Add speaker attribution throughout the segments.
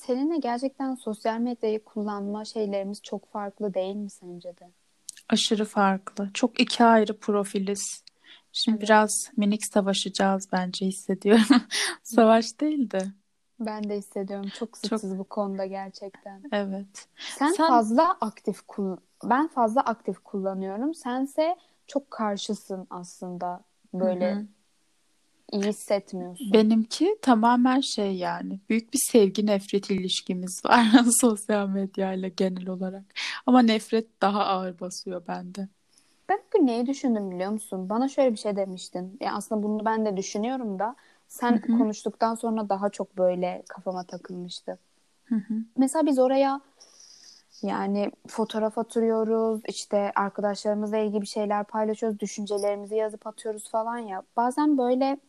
Speaker 1: Seninle gerçekten sosyal medyayı kullanma şeylerimiz çok farklı değil mi sence de?
Speaker 2: Aşırı farklı. Çok iki ayrı profiliz. Şimdi
Speaker 1: Evet.
Speaker 2: biraz minik savaşacağız bence hissediyorum. Savaş değil de.
Speaker 1: Ben de hissediyorum. Çok
Speaker 2: Çok
Speaker 1: zıtız bu konuda gerçekten.
Speaker 2: evet.
Speaker 1: Sen
Speaker 2: Sen
Speaker 1: fazla aktif ben fazla aktif kullanıyorum. Sense çok karşısın aslında.
Speaker 2: hı
Speaker 1: Böyle
Speaker 2: hı.
Speaker 1: iyi hissetmiyorsun.
Speaker 2: Benimki tamamen şey yani. Büyük bir sevgi nefret ilişkimiz var sosyal medyayla genel olarak. Ama nefret daha ağır basıyor bende.
Speaker 1: Ben bugün neyi düşündüm biliyor musun? Bana şöyle bir şey demiştin. Ya aslında bunu ben de düşünüyorum da
Speaker 2: Hı
Speaker 1: sen
Speaker 2: hı
Speaker 1: konuştuktan sonra daha çok böyle kafama takılmıştı.
Speaker 2: hı hı.
Speaker 1: Mesela biz oraya yani fotoğraf atıyoruz, işte arkadaşlarımızla ilgili bir şeyler paylaşıyoruz, düşüncelerimizi yazıp atıyoruz falan ya. Bazen böyle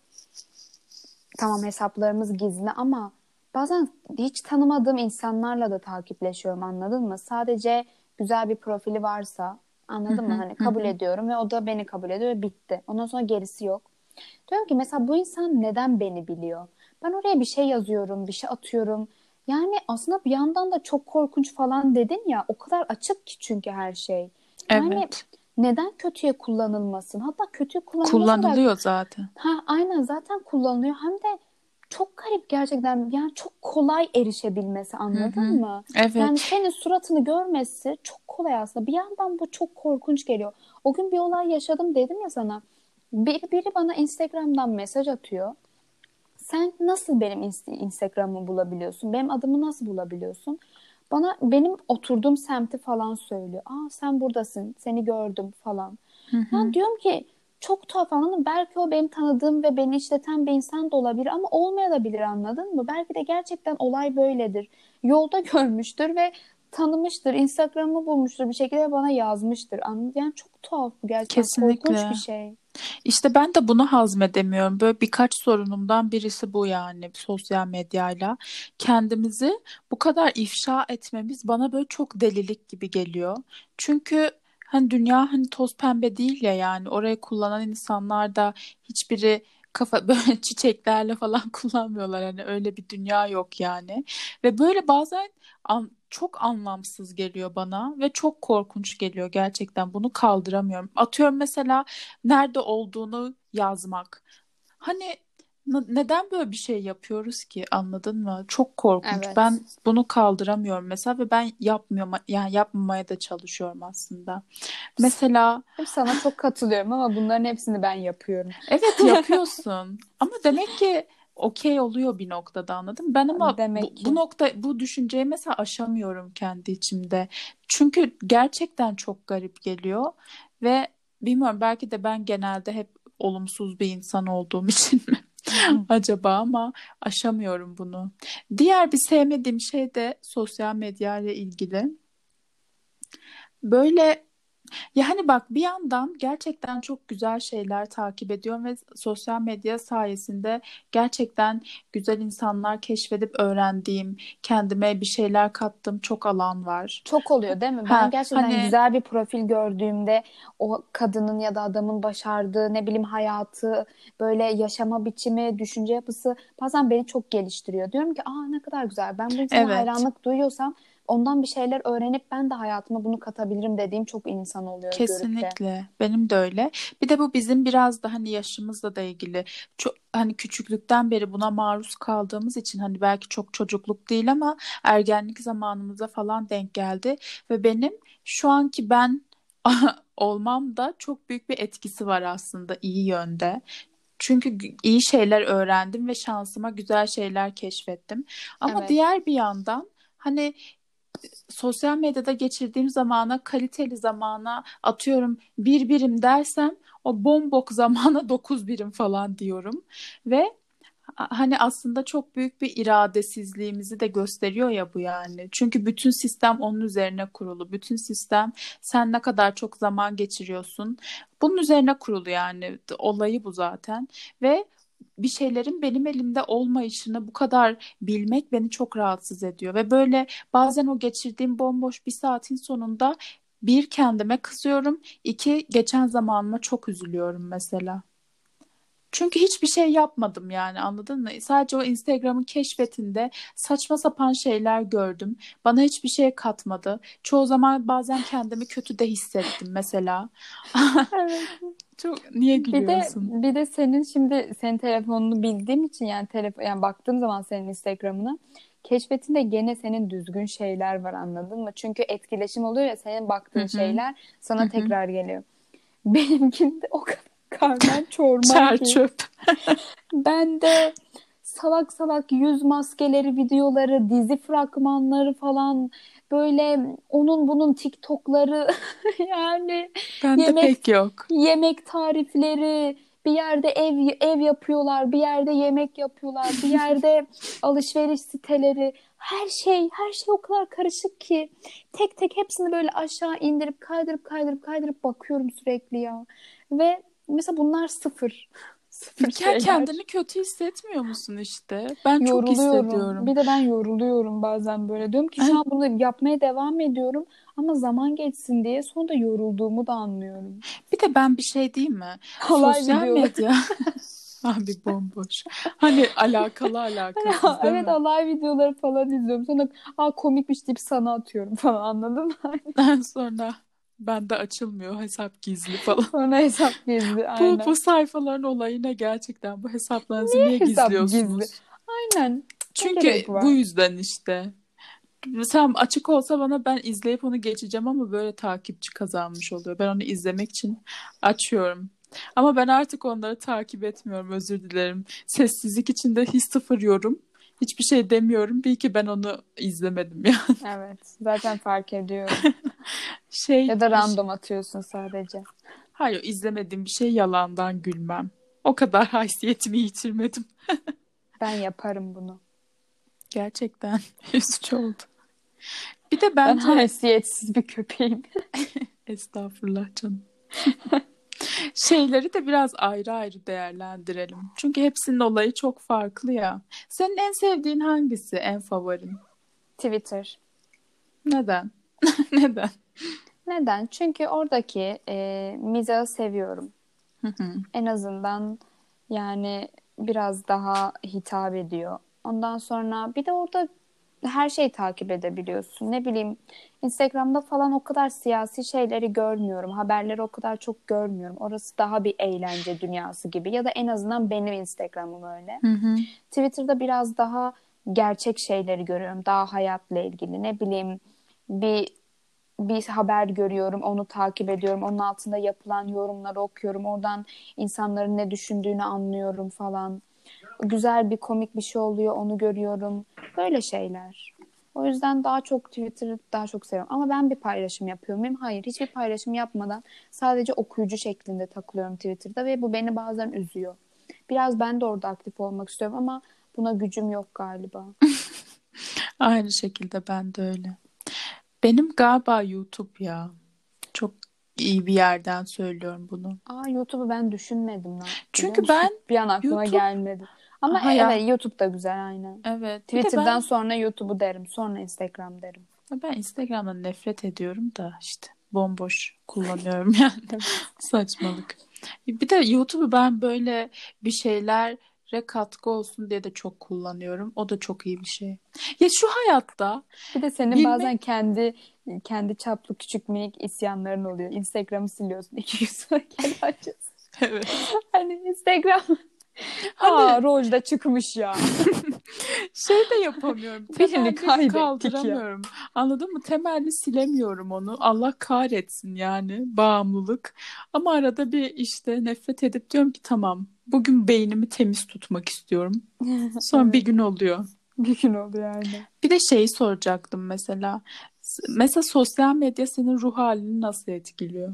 Speaker 1: tamam hesaplarımız gizli ama bazen hiç tanımadığım insanlarla da takipleşiyorum, anladın mı? Sadece güzel bir profili varsa,
Speaker 2: Hı
Speaker 1: anladın mı?
Speaker 2: hı
Speaker 1: Hani
Speaker 2: hı
Speaker 1: kabul
Speaker 2: hı.
Speaker 1: ediyorum ve o da beni kabul ediyor ve bitti. Ondan sonra gerisi yok. Diyorum ki mesela bu insan neden beni biliyor? Ben oraya bir şey yazıyorum, bir şey atıyorum. Yani aslında bir yandan da çok korkunç falan dedin ya, o kadar açık ki çünkü her şey. Yani
Speaker 2: Evet.
Speaker 1: neden kötüye kullanılmasın? Hatta kötüye kullanılmasını bırak.
Speaker 2: Kullanılıyor zaten.
Speaker 1: Ha, aynen zaten kullanılıyor. Hem de çok garip gerçekten. Yani çok kolay erişebilmesi,
Speaker 2: Hı
Speaker 1: anladın
Speaker 2: hı.
Speaker 1: mı? Yani
Speaker 2: Evet.
Speaker 1: senin suratını görmesi çok kolay aslında. Bir yandan bu çok korkunç geliyor. O gün bir olay yaşadım dedim ya sana. Biri bana Instagram'dan mesaj atıyor. Sen nasıl benim Instagram'ımı bulabiliyorsun? Benim adımı nasıl bulabiliyorsun? Bana benim oturduğum semti falan söylüyor. Aa, sen buradasın, seni gördüm falan.
Speaker 2: Hı
Speaker 1: Yani
Speaker 2: hı.
Speaker 1: diyorum ki çok tuhaf, anladın mı? Belki o benim tanıdığım ve beni işleten bir insan da olabilir ama olmayabilir, anladın mı? Belki de gerçekten olay böyledir. Yolda görmüştür ve tanımıştır. Instagram'ı bulmuştur, bir şekilde bana yazmıştır. Anladın? Yani çok tuhaf bu, gerçekten korkunç bir
Speaker 2: Kesinlikle.
Speaker 1: şey.
Speaker 2: İşte ben de bunu hazmedemiyorum. Böyle birkaç sorunumdan birisi bu yani sosyal medyayla. Kendimizi bu kadar ifşa etmemiz bana böyle çok delilik gibi geliyor. Çünkü hani dünya hani toz pembe değil ya, yani orayı kullanan insanlar da hiçbiri kafa böyle çiçeklerle falan kullanmıyorlar. Hani öyle bir dünya yok yani. Ve böyle bazen çok anlamsız geliyor bana ve çok korkunç geliyor gerçekten. Bunu kaldıramıyorum. Atıyorum mesela nerede olduğunu yazmak. Hani neden böyle bir şey yapıyoruz ki, anladın mı? Çok korkunç.
Speaker 1: Evet.
Speaker 2: Ben bunu kaldıramıyorum mesela ve ben yapmıyorum, yani yapmamaya da çalışıyorum aslında. Mesela
Speaker 1: Hep sana çok katılıyorum ama bunların hepsini ben yapıyorum.
Speaker 2: evet yapıyorsun ama demek ki okey oluyor bir noktada, anladın mı? Ben ama bu,
Speaker 1: Demek
Speaker 2: bu
Speaker 1: ki.
Speaker 2: nokta bu düşünceyi mesela aşamıyorum kendi içimde. Çünkü gerçekten çok garip geliyor ve bilmiyorum, belki de ben genelde hep olumsuz bir insan olduğum için mi acaba, ama aşamıyorum bunu. Diğer bir sevmediğim şey de sosyal medya ile ilgili. Böyle yani bak, bir yandan gerçekten çok güzel şeyler takip ediyorum ve sosyal medya sayesinde gerçekten güzel insanlar keşfedip öğrendiğim, kendime bir şeyler kattığım çok alan var.
Speaker 1: Çok oluyor değil mi? Ben
Speaker 2: Ha
Speaker 1: gerçekten
Speaker 2: hani
Speaker 1: güzel bir profil gördüğümde o kadının ya da adamın başardığı ne bileyim hayatı, böyle yaşama biçimi, düşünce yapısı bazen beni çok geliştiriyor. Diyorum ki aa, ne kadar güzel. Ben bu insana
Speaker 2: evet.
Speaker 1: hayranlık duyuyorsam ondan bir şeyler öğrenip ben de hayatıma bunu katabilirim dediğim çok insan oluyor görüp de.
Speaker 2: Kesinlikle. Benim de öyle. Bir de bu bizim biraz da hani yaşımızla da ilgili. Çok hani küçüklükten beri buna maruz kaldığımız için, hani belki çok çocukluk değil ama ergenlik zamanımıza falan denk geldi ve benim şu anki ben olmam da çok büyük bir etkisi var aslında, iyi yönde. Çünkü iyi şeyler öğrendim ve şansıma güzel şeyler keşfettim. Ama
Speaker 1: Evet.
Speaker 2: diğer bir yandan hani sosyal medyada geçirdiğim zamana, kaliteli zamana atıyorum bir birim dersem, o bombok zamana 9 birim falan diyorum. Ve hani aslında çok büyük bir iradesizliğimizi de gösteriyor ya bu yani. Çünkü bütün sistem onun üzerine kurulu. Bütün sistem sen ne kadar çok zaman geçiriyorsun, bunun üzerine kurulu yani. Olayı bu zaten. Ve bir şeylerin benim elimde olmayışını bu kadar bilmek beni çok rahatsız ediyor. Ve böyle bazen o geçirdiğim bomboş bir saatin sonunda bir kendime kızıyorum, iki geçen zamanıma çok üzülüyorum mesela. Çünkü hiçbir şey yapmadım yani, anladın mı? Sadece o Instagram'ın keşfetinde saçma sapan şeyler gördüm. Bana hiçbir şey katmadı. Çoğu zaman bazen kendimi kötü de hissettim mesela.
Speaker 1: Evet.
Speaker 2: Çok niye
Speaker 1: Bir de
Speaker 2: gülüyorsun?
Speaker 1: bir de senin telefonunu bildiğim için yani yani baktığım zaman senin Instagram'ına keşfetinde gene senin düzgün şeyler var, anladın mı? Çünkü etkileşim oluyor ya, senin
Speaker 2: Hı
Speaker 1: baktığın
Speaker 2: hı.
Speaker 1: şeyler
Speaker 2: Hı
Speaker 1: sana
Speaker 2: hı.
Speaker 1: tekrar geliyor. Benimkinde o kadar karman çorman
Speaker 2: Çer
Speaker 1: ki.
Speaker 2: çöp.
Speaker 1: Ben de salak salak yüz maskeleri videoları, dizi fragmanları falan, böyle onun bunun TikTok'ları yani
Speaker 2: Bende
Speaker 1: yemek
Speaker 2: pek yok.
Speaker 1: yemek tarifleri, bir yerde ev yapıyorlar, bir yerde yemek yapıyorlar, bir yerde alışveriş siteleri. Her şey o kadar karışık ki tek tek hepsini böyle aşağı indirip kaydırıp bakıyorum sürekli ya. Ve mesela bunlar sıfır. Sıfır
Speaker 2: Ya
Speaker 1: şeyler.
Speaker 2: kendini kötü hissetmiyor musun işte? Ben çok
Speaker 1: Yoruluyorum.
Speaker 2: hissediyorum.
Speaker 1: Bir de ben yoruluyorum bazen böyle. Diyorum ki şu
Speaker 2: Evet.
Speaker 1: an bunu yapmaya devam ediyorum ama zaman geçsin diye, sonra da yorulduğumu da anlıyorum.
Speaker 2: Bir de ben bir şey diyeyim mi?
Speaker 1: Halay
Speaker 2: Sosyal
Speaker 1: videoları.
Speaker 2: medya abi bomboş. Hani alakalı alakasız değil
Speaker 1: Evet,
Speaker 2: mi?
Speaker 1: halay videoları falan izliyorum. Sonra komikmiş deyip sana atıyorum falan, anladın mı?
Speaker 2: Sonra bende açılmıyor, hesap gizli falan.
Speaker 1: Sonra hesap gizli,
Speaker 2: Bu
Speaker 1: aynen.
Speaker 2: sayfaların olayı ne gerçekten? Bu hesaplarınızı niye
Speaker 1: Hesap gizli.
Speaker 2: gizliyorsunuz?
Speaker 1: Aynen. Ne
Speaker 2: Çünkü
Speaker 1: gerek
Speaker 2: bu
Speaker 1: var?
Speaker 2: yüzden işte. Mesela açık olsa bana, ben izleyip onu geçeceğim ama böyle takipçi kazanmış oluyor. Ben onu izlemek için açıyorum. Ama ben artık onları takip etmiyorum, özür dilerim. Sessizlik içinde hiç sıfır yorum. Hiçbir şey demiyorum. Bil ki ben onu izlemedim ya.
Speaker 1: Evet. Zaten fark ediyorum.
Speaker 2: Şey,
Speaker 1: Ya da random atıyorsun sadece.
Speaker 2: hayır, izlemediğim bir şey yalandan gülmem. O kadar haysiyetimi yitirmedim.
Speaker 1: Ben yaparım bunu.
Speaker 2: Gerçekten üzücü oldu. Bir de
Speaker 1: Ben
Speaker 2: bence
Speaker 1: haysiyetsiz bir köpeğim.
Speaker 2: estağfurullah canım. Şeyleri de biraz ayrı ayrı değerlendirelim. Çünkü hepsinin olayı çok farklı ya. Senin en sevdiğin hangisi, en favorin?
Speaker 1: Twitter.
Speaker 2: Neden? Neden?
Speaker 1: Neden? Çünkü oradaki mizahı seviyorum.
Speaker 2: Hı hı.
Speaker 1: En azından yani biraz daha hitap ediyor. Ondan sonra bir de orada her şeyi takip edebiliyorsun. Ne bileyim, Instagram'da falan o kadar siyasi şeyleri görmüyorum. Haberleri o kadar çok görmüyorum. Orası daha bir eğlence dünyası gibi. Ya da en azından benim Instagram'ım öyle.
Speaker 2: Hı hı.
Speaker 1: Twitter'da biraz daha gerçek şeyleri görüyorum. Daha hayatla ilgili. Ne bileyim, bir bir haber görüyorum, onu takip ediyorum. Onun altında yapılan yorumları okuyorum. Oradan insanların ne düşündüğünü anlıyorum falan. Güzel bir komik bir şey oluyor, onu görüyorum. Böyle şeyler. O yüzden daha çok Twitter'ı daha çok seviyorum. Ama ben bir paylaşım yapıyor muyum? Hayır, hiçbir paylaşım yapmadan sadece okuyucu şeklinde takılıyorum Twitter'da ve bu beni bazen üzüyor. Biraz ben de orada aktif olmak istiyorum ama buna gücüm yok galiba.
Speaker 2: Aynı şekilde ben de öyle. Benim galiba YouTube ya. Çok iyi bir yerden söylüyorum bunu.
Speaker 1: YouTube'u ben düşünmedim lan, biliyor
Speaker 2: Çünkü
Speaker 1: musun?
Speaker 2: ben
Speaker 1: Bir an aklıma
Speaker 2: YouTube,
Speaker 1: gelmedi. Ama
Speaker 2: aha ya,
Speaker 1: evet, YouTube da güzel, aynen.
Speaker 2: evet. Bir de
Speaker 1: Twitter'dan
Speaker 2: ben
Speaker 1: sonra YouTube'u derim. Sonra Instagram derim.
Speaker 2: ben Instagram'dan nefret ediyorum da işte bomboş kullanıyorum yani. Saçmalık. Bir de YouTube'u ben böyle bir şeylere katkı olsun diye de çok kullanıyorum. O da çok iyi bir şey. Ya şu hayatta
Speaker 1: Bir de senin
Speaker 2: bilmek,
Speaker 1: bazen kendi çaplı küçük minik isyanların oluyor. Instagram'ı siliyorsun. 2 gün sonra geri açıyorsun.
Speaker 2: evet.
Speaker 1: Hani Instagram
Speaker 2: Hani
Speaker 1: Rojda çıkmış ya.
Speaker 2: şey de yapamıyorum.
Speaker 1: Birini
Speaker 2: Temelli
Speaker 1: kaybettik ya.
Speaker 2: kaldıramıyorum. Anladın mı? Temelli silemiyorum onu. Allah kahretsin yani, bağımlılık. Ama arada bir işte nefret edip diyorum ki tamam, bugün beynimi temiz tutmak istiyorum. Sonra bir
Speaker 1: Evet.
Speaker 2: gün oluyor.
Speaker 1: Bir gün oluyor aynen.
Speaker 2: Bir de şeyi soracaktım mesela. Mesela sosyal medya senin ruh halini nasıl etkiliyor?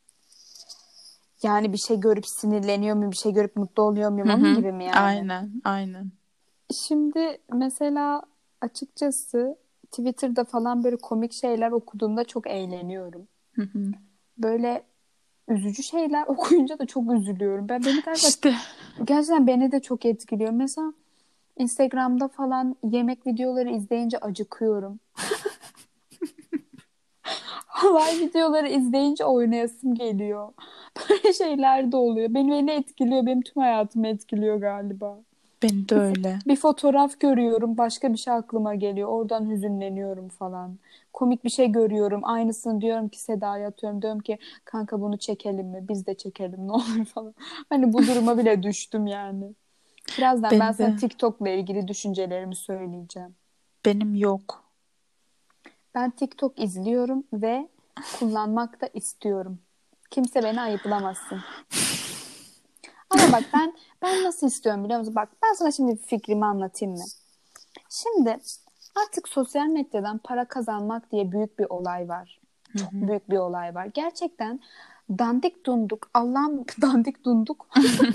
Speaker 1: Yani bir şey görüp sinirleniyor muyum? Bir şey görüp mutlu oluyor muyum?
Speaker 2: Hı
Speaker 1: Onun
Speaker 2: hı.
Speaker 1: gibi mi yani?
Speaker 2: Aynen, aynen.
Speaker 1: Şimdi mesela açıkçası Twitter'da falan böyle komik şeyler okuduğumda çok eğleniyorum.
Speaker 2: Hı hı.
Speaker 1: Böyle üzücü şeyler okuyunca da çok üzülüyorum. Beni galiba
Speaker 2: İşte
Speaker 1: gerçekten beni de çok etkiliyor. Mesela Instagram'da falan yemek videoları izleyince acıkıyorum. Halay videoları izleyince oynayasım geliyor. Böyle şeyler de oluyor. Beni etkiliyor. Benim tüm hayatımı etkiliyor galiba.
Speaker 2: Beni de öyle.
Speaker 1: Bir fotoğraf görüyorum, başka bir şey aklıma geliyor. Oradan hüzünleniyorum falan. Komik bir şey görüyorum. Aynısını diyorum ki Seda'ya atıyorum. Diyorum ki kanka bunu çekelim mi? Biz de çekelim ne olur falan. Hani bu duruma bile düştüm yani. Birazdan ben
Speaker 2: Beni
Speaker 1: sana
Speaker 2: de.
Speaker 1: TikTok'la ilgili düşüncelerimi söyleyeceğim.
Speaker 2: Benim yok.
Speaker 1: Ben TikTok izliyorum ve kullanmak da istiyorum. Kimse beni ayıplamasın. Ama bak ben nasıl istiyorum biliyor musun? Bak ben sana şimdi bir fikrimi anlatayım mı? Şimdi artık sosyal medyadan para kazanmak diye büyük bir olay var.
Speaker 2: Hı
Speaker 1: Çok
Speaker 2: hı.
Speaker 1: büyük bir olay var. Gerçekten dandik dunduk, Allah'ım dandik dunduk,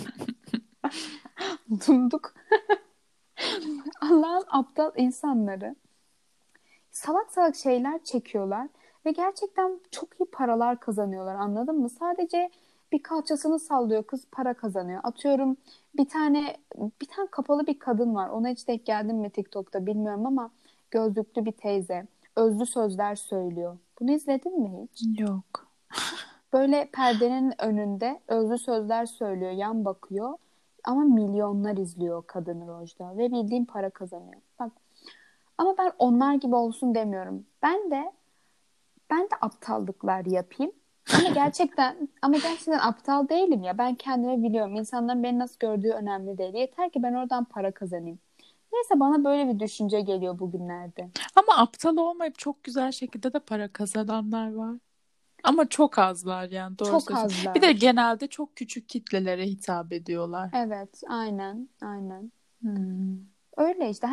Speaker 1: dunduk, Allah'ın aptal insanları salak salak şeyler çekiyorlar ve gerçekten çok iyi paralar kazanıyorlar anladın mı? Sadece bir kalçasını sallıyor kız para kazanıyor. Atıyorum bir tane kapalı bir kadın var. Ona hiç denk geldin mi TikTok'ta bilmiyorum ama gözlüklü bir teyze. Özlü sözler söylüyor. Bunu izledin mi hiç?
Speaker 2: Yok.
Speaker 1: Böyle perdenin önünde özlü sözler söylüyor, yan bakıyor. Ama milyonlar izliyor o kadını Rojda ve bildiğin para kazanıyor. Bak ama ben onlar gibi olsun demiyorum. Ben de aptallıklar yapayım. Ama gerçekten aptal değilim ya. Ben kendimi biliyorum. İnsanların beni nasıl gördüğü önemli değil. Yeter ki ben oradan para kazanayım. Neyse bana böyle bir düşünce geliyor bugünlerde.
Speaker 2: Ama aptal olmayıp çok güzel şekilde de para kazananlar var. Ama çok azlar yani doğru
Speaker 1: Çok
Speaker 2: söylüyorsun. Bir de
Speaker 1: azlar.
Speaker 2: genelde çok küçük kitlelere hitap ediyorlar.
Speaker 1: Evet, aynen, aynen.
Speaker 2: Hmm.
Speaker 1: Öyle işte.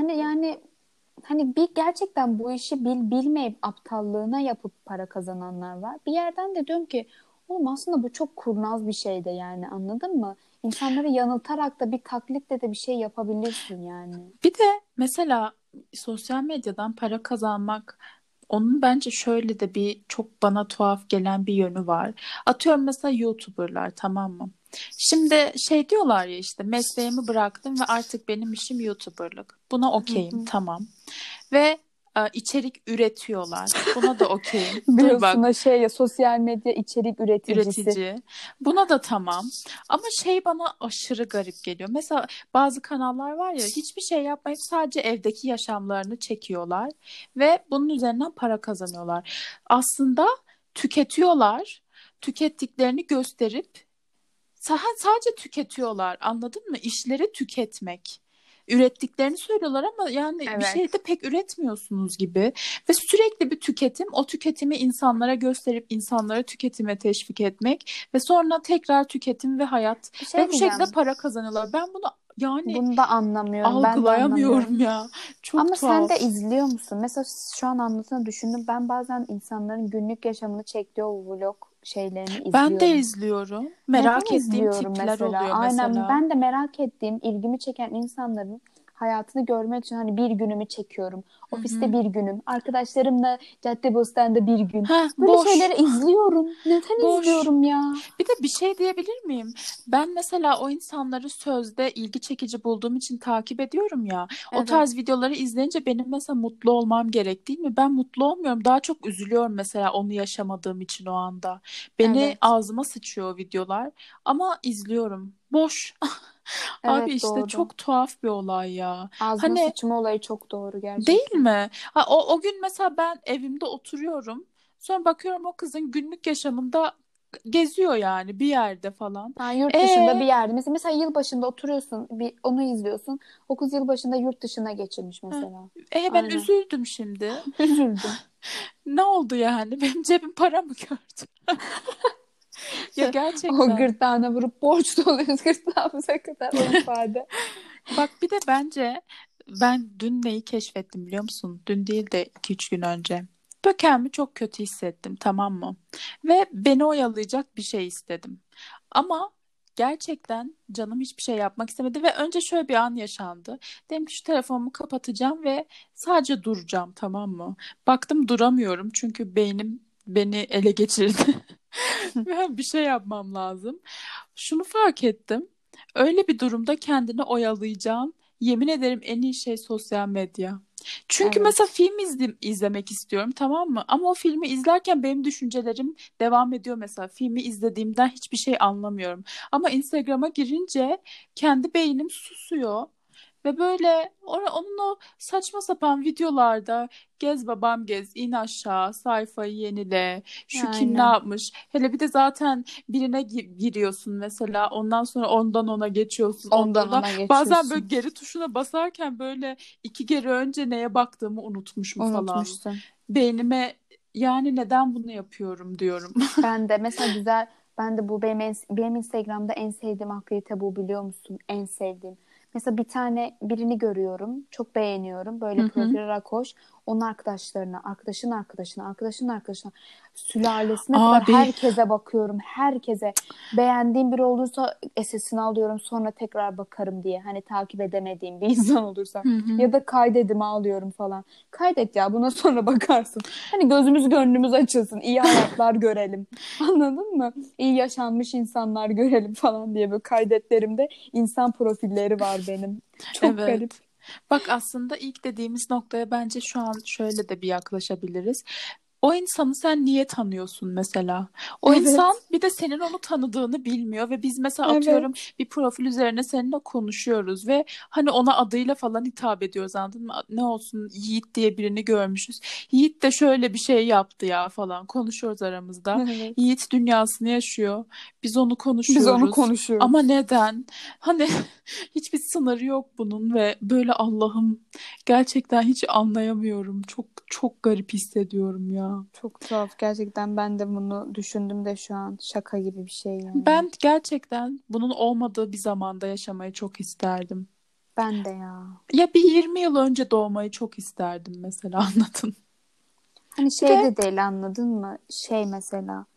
Speaker 1: Hani bir gerçekten bu işi bilmeyip aptallığına yapıp para kazananlar var. Bir yerden de diyorum ki oğlum aslında bu çok kurnaz bir şey de yani anladın mı? İnsanları yanıltarak da bir taklitle de bir şey yapabilirsin yani.
Speaker 2: Bir de mesela sosyal medyadan para kazanmak onun bence şöyle de bir çok bana tuhaf gelen bir yönü var. Atıyorum mesela YouTuber'lar tamam mı? Şimdi şey diyorlar ya işte mesleğimi bıraktım ve artık benim işim YouTuber'lık. Buna
Speaker 1: Hı
Speaker 2: okeyim
Speaker 1: hı.
Speaker 2: tamam. Ve içerik üretiyorlar. Buna da okeyim. Dur
Speaker 1: Biliyorsun
Speaker 2: bak
Speaker 1: o şey ya sosyal medya içerik üreticisi.
Speaker 2: üretici. Buna da tamam. Ama şey bana aşırı garip geliyor. Mesela bazı kanallar var ya hiçbir şey yapmayıp sadece evdeki yaşamlarını çekiyorlar ve bunun üzerinden para kazanıyorlar. Aslında tüketiyorlar. Tükettiklerini gösterip sadece tüketiyorlar. Anladın mı? İşleri tüketmek. Ürettiklerini söylüyorlar ama yani bir şey de
Speaker 1: Evet.
Speaker 2: pek üretmiyorsunuz gibi. Ve sürekli bir tüketim, o tüketimi insanlara gösterip insanları tüketime teşvik etmek ve sonra tekrar tüketim ve hayat
Speaker 1: Bir
Speaker 2: ve
Speaker 1: şey
Speaker 2: bu şekilde
Speaker 1: diyeceğim.
Speaker 2: para kazanıyorlar. Ben bunu yani
Speaker 1: Bunu da anlamıyorum. Ben de
Speaker 2: algılayamıyorum
Speaker 1: anlamıyorum.
Speaker 2: ya. Çok
Speaker 1: Ama sen de
Speaker 2: tuhaf.
Speaker 1: izliyor musun? Mesela şu an anlatını düşündüm. Ben bazen insanların günlük yaşamını çektiği o vlog şeylerini
Speaker 2: Ben de
Speaker 1: izliyorum.
Speaker 2: izliyorum. Merak
Speaker 1: Neden
Speaker 2: ettiğim
Speaker 1: izliyorum
Speaker 2: tipler
Speaker 1: mesela?
Speaker 2: oluyor
Speaker 1: Aynen
Speaker 2: mesela.
Speaker 1: ben de merak ettiğim, ilgimi çeken insanların hayatını görmek için hani bir günümü çekiyorum.
Speaker 2: Hı
Speaker 1: Ofiste
Speaker 2: hı.
Speaker 1: bir günüm, arkadaşlarımla Caddebostan'da bir gün.
Speaker 2: Heh,
Speaker 1: Böyle
Speaker 2: boş.
Speaker 1: şeyleri izliyorum. Neden
Speaker 2: Boş.
Speaker 1: izliyorum ya?
Speaker 2: Bir de bir şey diyebilir miyim? Ben mesela o insanları sözde ilgi çekici bulduğum için takip ediyorum ya. O tarz
Speaker 1: Evet,
Speaker 2: videoları izleyince benim mesela mutlu olmam gerek değil mi? Ben mutlu olmuyorum. Daha çok üzülüyorum mesela onu yaşamadığım için o anda. Beni
Speaker 1: evet.
Speaker 2: ağzıma sıçıyor o videolar ama izliyorum. Boş. Abi
Speaker 1: Evet
Speaker 2: işte
Speaker 1: doğru.
Speaker 2: çok tuhaf bir olay ya.
Speaker 1: Ağzına
Speaker 2: Hani
Speaker 1: sıçma olayı çok doğru
Speaker 2: değil
Speaker 1: gerçekten.
Speaker 2: mi? Ha, o gün mesela ben evimde oturuyorum. Sonra bakıyorum o kızın günlük yaşamında geziyor yani bir yerde falan.
Speaker 1: Ha, yurt dışında
Speaker 2: E,
Speaker 1: bir yerde. Mesela yılbaşında oturuyorsun, onu izliyorsun. 9 yılbaşında yurt dışına geçirmiş
Speaker 2: ha,
Speaker 1: mesela.
Speaker 2: ben
Speaker 1: Aynen.
Speaker 2: üzüldüm şimdi.
Speaker 1: Üzüldüm.
Speaker 2: Ne oldu yani? Benim cebim para mı gördü? Ya
Speaker 1: O
Speaker 2: gerçekten.
Speaker 1: gırtlağına vurup borçlu oluyoruz gırtlağımıza kadar o ifade.
Speaker 2: Bak bir de bence ben dün neyi keşfettim biliyor musun? Dün değil de 2-3 gün önce. Böyle kendimi çok kötü hissettim tamam mı? Ve beni oyalayacak bir şey istedim. Ama gerçekten canım hiçbir şey yapmak istemedi ve önce şöyle bir an yaşandı. Dedim ki şu telefonumu kapatacağım ve sadece duracağım tamam mı? Baktım duramıyorum çünkü beynim beni ele geçirdi. Ve bir şey yapmam lazım. Şunu fark ettim. Öyle bir durumda kendini oyalayacağın, yemin ederim en iyi şey sosyal medya. Çünkü mesela
Speaker 1: Evet.
Speaker 2: film izlemek istiyorum, tamam mı? Ama o filmi izlerken benim düşüncelerim devam ediyor mesela. Filmi izlediğimden hiçbir şey anlamıyorum. Ama Instagram'a girince kendi beynim susuyor. Ve böyle onun o saçma sapan videolarda gez babam gez, in aşağı, sayfayı yenile, şu kim ne
Speaker 1: Aynen.
Speaker 2: yapmış. Hele bir de zaten birine giriyorsun mesela, ondan sonra ondan ona geçiyorsun, ondan
Speaker 1: Ondan
Speaker 2: ona.
Speaker 1: ona
Speaker 2: Bazen böyle
Speaker 1: geçiyorsun.
Speaker 2: geri tuşuna basarken böyle iki geri önce neye baktığımı unutmuşum falan.
Speaker 1: Unutmuşsun.
Speaker 2: Beynime yani neden bunu yapıyorum diyorum.
Speaker 1: Ben de mesela güzel, ben de bu benim Instagram'da en sevdiğim aktivite bu, biliyor musun? En sevdiğim. Mesela bir tane birini görüyorum. Çok beğeniyorum.
Speaker 2: Hı
Speaker 1: Böyle
Speaker 2: hı.
Speaker 1: profil hoş. Onun arkadaşlarına, arkadaşın arkadaşına, arkadaşın arkadaşına, sülalesine kadar
Speaker 2: Abi.
Speaker 1: herkese bakıyorum. Herkese. Beğendiğim biri olursa SS'ini alıyorum. Sonra tekrar bakarım diye. Hani takip edemediğim bir insan olursa.
Speaker 2: Hı hı.
Speaker 1: Ya da kaydedimi alıyorum falan. Kaydet ya, buna sonra bakarsın. Hani gözümüz gönlümüz açılsın. İyi hayatlar görelim. Anladın mı? İyi yaşanmış insanlar görelim falan diye böyle kaydetlerimde insan profilleri var benim. Çok garip.
Speaker 2: Evet. Bak, aslında ilk dediğimiz noktaya bence şu an şöyle de bir yaklaşabiliriz. O insanı sen niye tanıyorsun mesela? O insan
Speaker 1: Evet.
Speaker 2: bir de senin onu tanıdığını bilmiyor ve biz mesela atıyorum
Speaker 1: Evet.
Speaker 2: bir profil üzerine seninle konuşuyoruz ve hani ona adıyla falan hitap ediyoruz, anladın mı? Ne olsun, Yiğit diye birini görmüşüz. Yiğit de şöyle bir şey yaptı ya falan, konuşuyoruz aramızda.
Speaker 1: Evet.
Speaker 2: Yiğit dünyasını yaşıyor. Biz onu
Speaker 1: Biz onu
Speaker 2: konuşuyoruz. Ama
Speaker 1: konuşuyoruz.
Speaker 2: neden? Hani hiçbir sınırı yok bunun ve böyle Allah'ım, gerçekten hiç anlayamıyorum. Çok çok garip hissediyorum ya.
Speaker 1: Çok tuhaf. Gerçekten ben de bunu düşündüm de şu an şaka gibi bir şey yani.
Speaker 2: Ben gerçekten bunun olmadığı bir zamanda yaşamayı çok isterdim.
Speaker 1: Ben de ya.
Speaker 2: Ya bir 20 yıl önce doğmayı çok isterdim mesela, anladın?
Speaker 1: Hani
Speaker 2: Bir
Speaker 1: şey
Speaker 2: de
Speaker 1: de değil, anladın mı? Şey mesela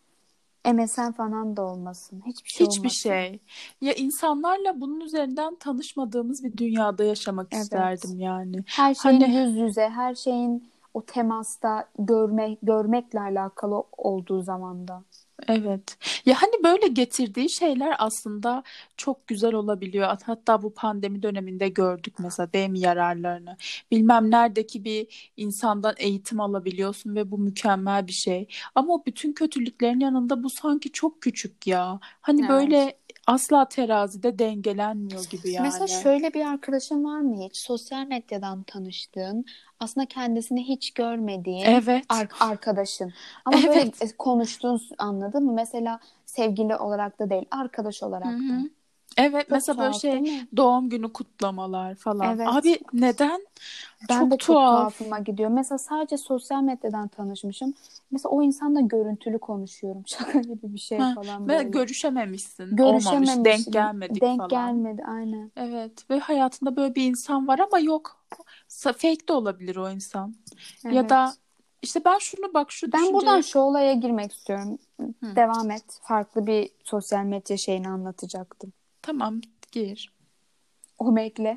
Speaker 1: MSN falan da olmasın. Hiçbir şey
Speaker 2: hiçbir
Speaker 1: olmasın.
Speaker 2: şey. Ya insanlarla bunun üzerinden tanışmadığımız bir dünyada yaşamak
Speaker 1: Evet.
Speaker 2: isterdim yani.
Speaker 1: Her şeyin
Speaker 2: Hani
Speaker 1: yüz yüze, her şeyin o temasta görmekle alakalı olduğu zamanda.
Speaker 2: evet. Ya hani böyle getirdiği şeyler aslında çok güzel olabiliyor. Hatta bu pandemi döneminde gördük mesela, değil mi, yararlarını. Bilmem neredeki bir insandan eğitim alabiliyorsun ve bu mükemmel bir şey. Ama o bütün kötülüklerin yanında bu sanki çok küçük ya. Hani
Speaker 1: Evet.
Speaker 2: böyle asla terazide dengelenmiyor gibi
Speaker 1: Mesela
Speaker 2: yani.
Speaker 1: şöyle bir arkadaşın var mı hiç? Sosyal medyadan tanıştığın, aslında kendisini hiç görmediğin
Speaker 2: Evet.
Speaker 1: arkadaşın. Ama böyle
Speaker 2: Evet.
Speaker 1: konuştuğun, anladın mı? Mesela sevgili olarak da değil, arkadaş
Speaker 2: Hı
Speaker 1: olarak da.
Speaker 2: hı. Evet,
Speaker 1: Çok
Speaker 2: mesela böyle
Speaker 1: tuhaf
Speaker 2: şey,
Speaker 1: değil mi?
Speaker 2: doğum günü kutlamalar falan.
Speaker 1: Evet.
Speaker 2: Abi neden?
Speaker 1: Ben de
Speaker 2: Çok
Speaker 1: çok
Speaker 2: tuhaf.
Speaker 1: tuhafıma gidiyor. Mesela sadece sosyal medyadan tanışmışım. Mesela o insanla görüntülü konuşuyorum. Şaka gibi bir şey
Speaker 2: Ha,
Speaker 1: falan
Speaker 2: ve
Speaker 1: böyle.
Speaker 2: görüşememişsin, olmamış, denk
Speaker 1: Görüşememişim.
Speaker 2: gelmedik
Speaker 1: Denk
Speaker 2: falan.
Speaker 1: gelmedi aynen.
Speaker 2: Evet, ve hayatında böyle bir insan var ama yok. Fake de olabilir o insan. Ya da
Speaker 1: Evet.
Speaker 2: işte ben şunu, bak şu
Speaker 1: Ben buradan
Speaker 2: düşünceye...
Speaker 1: şu olaya girmek istiyorum.
Speaker 2: Hı,
Speaker 1: Devam et. Farklı bir sosyal medya şeyini anlatacaktım.
Speaker 2: tamam, gir.
Speaker 1: Omegle.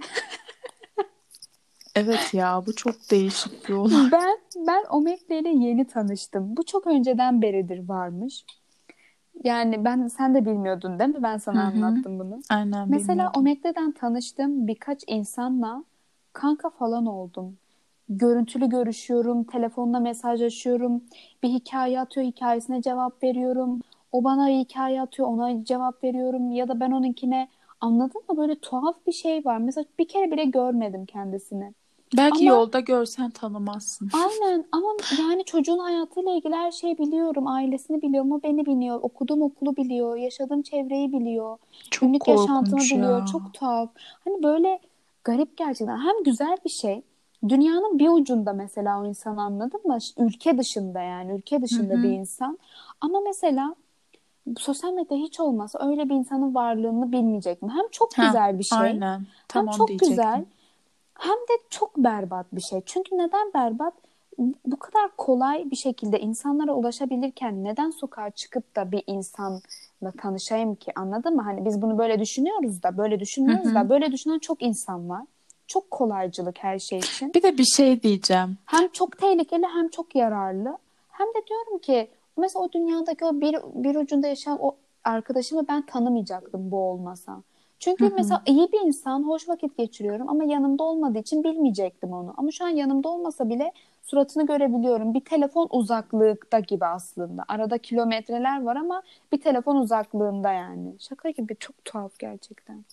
Speaker 2: Evet ya, bu çok değişik bir olay.
Speaker 1: Ben Omegle ile yeni tanıştım. Bu çok önceden beridir varmış. Yani sen de bilmiyordun değil mi? Ben
Speaker 2: Hı
Speaker 1: sana
Speaker 2: hı.
Speaker 1: anlattım bunu.
Speaker 2: Aynen,
Speaker 1: Mesela
Speaker 2: bilmiyordum.
Speaker 1: Omegle'den tanıştığım birkaç insanla kanka falan oldum. Görüntülü görüşüyorum, telefonla mesajlaşıyorum. Bir hikaye atıyor, hikayesine cevap veriyorum. O bana bir hikaye atıyor, ona cevap veriyorum. Ya da ben onunkine, anladın mı? Böyle tuhaf bir şey var. Mesela bir kere bile görmedim kendisini.
Speaker 2: Belki
Speaker 1: Ama
Speaker 2: yolda görsen tanımazsın.
Speaker 1: aynen, ama yani çocuğun hayatıyla ilgili her şeyi biliyorum. Ailesini biliyorum, o beni biliyor. Okuduğum okulu biliyor, yaşadığım çevreyi biliyor.
Speaker 2: Çok
Speaker 1: Günlük yaşantımı
Speaker 2: korkunç
Speaker 1: biliyor.
Speaker 2: ya.
Speaker 1: Çok tuhaf. Hani böyle garip gerçekten. Hem güzel bir şey. Dünyanın bir ucunda mesela o insan, anladın mı? Ülke dışında, yani ülke
Speaker 2: Hı
Speaker 1: dışında bir
Speaker 2: hı.
Speaker 1: insan. Ama mesela sosyal medya hiç olmasa öyle bir insanın varlığını bilmeyecek mi? Hem çok
Speaker 2: Ha,
Speaker 1: güzel bir şey,
Speaker 2: aynen.
Speaker 1: hem
Speaker 2: Tam onu
Speaker 1: çok güzel,
Speaker 2: diyecektim.
Speaker 1: hem de çok berbat bir şey. Çünkü neden berbat? Bu kadar kolay bir şekilde insanlara ulaşabilirken neden sokağa çıkıp da bir insanla tanışayım ki? Anladın mı? Hani biz bunu böyle düşünüyoruz da, böyle
Speaker 2: Hı
Speaker 1: düşünmüyoruz
Speaker 2: hı.
Speaker 1: da, böyle düşünen çok insan var. Çok kolaycılık her şey için.
Speaker 2: Bir de bir şey diyeceğim.
Speaker 1: Hem çok tehlikeli hem çok yararlı. Hem de diyorum ki mesela o dünyadaki o bir ucunda yaşayan o arkadaşımı ben tanımayacaktım bu olmasa. Çünkü mesela iyi bir insan, hoş vakit geçiriyorum ama yanımda olmadığı için bilmeyecektim onu. Ama şu an yanımda olmasa bile suratını görebiliyorum. Bir telefon uzaklıkta gibi aslında. Arada kilometreler var ama bir telefon uzaklığında yani. Şaka gibi, çok tuhaf gerçekten.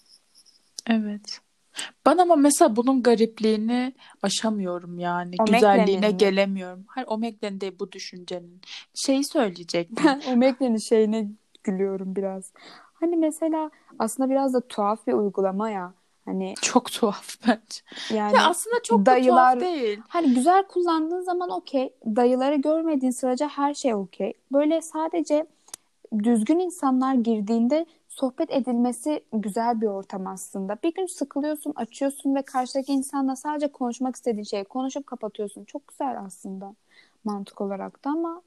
Speaker 2: Evet. Ben ama mesela bunun garipliğini aşamıyorum yani.
Speaker 1: O
Speaker 2: Güzelliğine
Speaker 1: Mekle'nin mi?
Speaker 2: gelemiyorum. Hayır, o Meglen değil, bu düşüncenin. Şeyi söyleyecektim.
Speaker 1: Ben o Mekle'nin şeyine gülüyorum biraz. Hani mesela aslında biraz da tuhaf bir uygulama ya. Hani
Speaker 2: Çok tuhaf bence. Ya
Speaker 1: yani
Speaker 2: aslında çok da tuhaf
Speaker 1: dayılar,
Speaker 2: değil.
Speaker 1: hani güzel kullandığın zaman okey. Dayıları görmediğin sürece her şey okey. Böyle sadece düzgün insanlar girdiğinde sohbet edilmesi güzel bir ortam aslında. Bir gün sıkılıyorsun, açıyorsun ve karşıdaki insanla sadece konuşmak istediğin şeyi konuşup kapatıyorsun. Çok güzel aslında mantık olarak da ama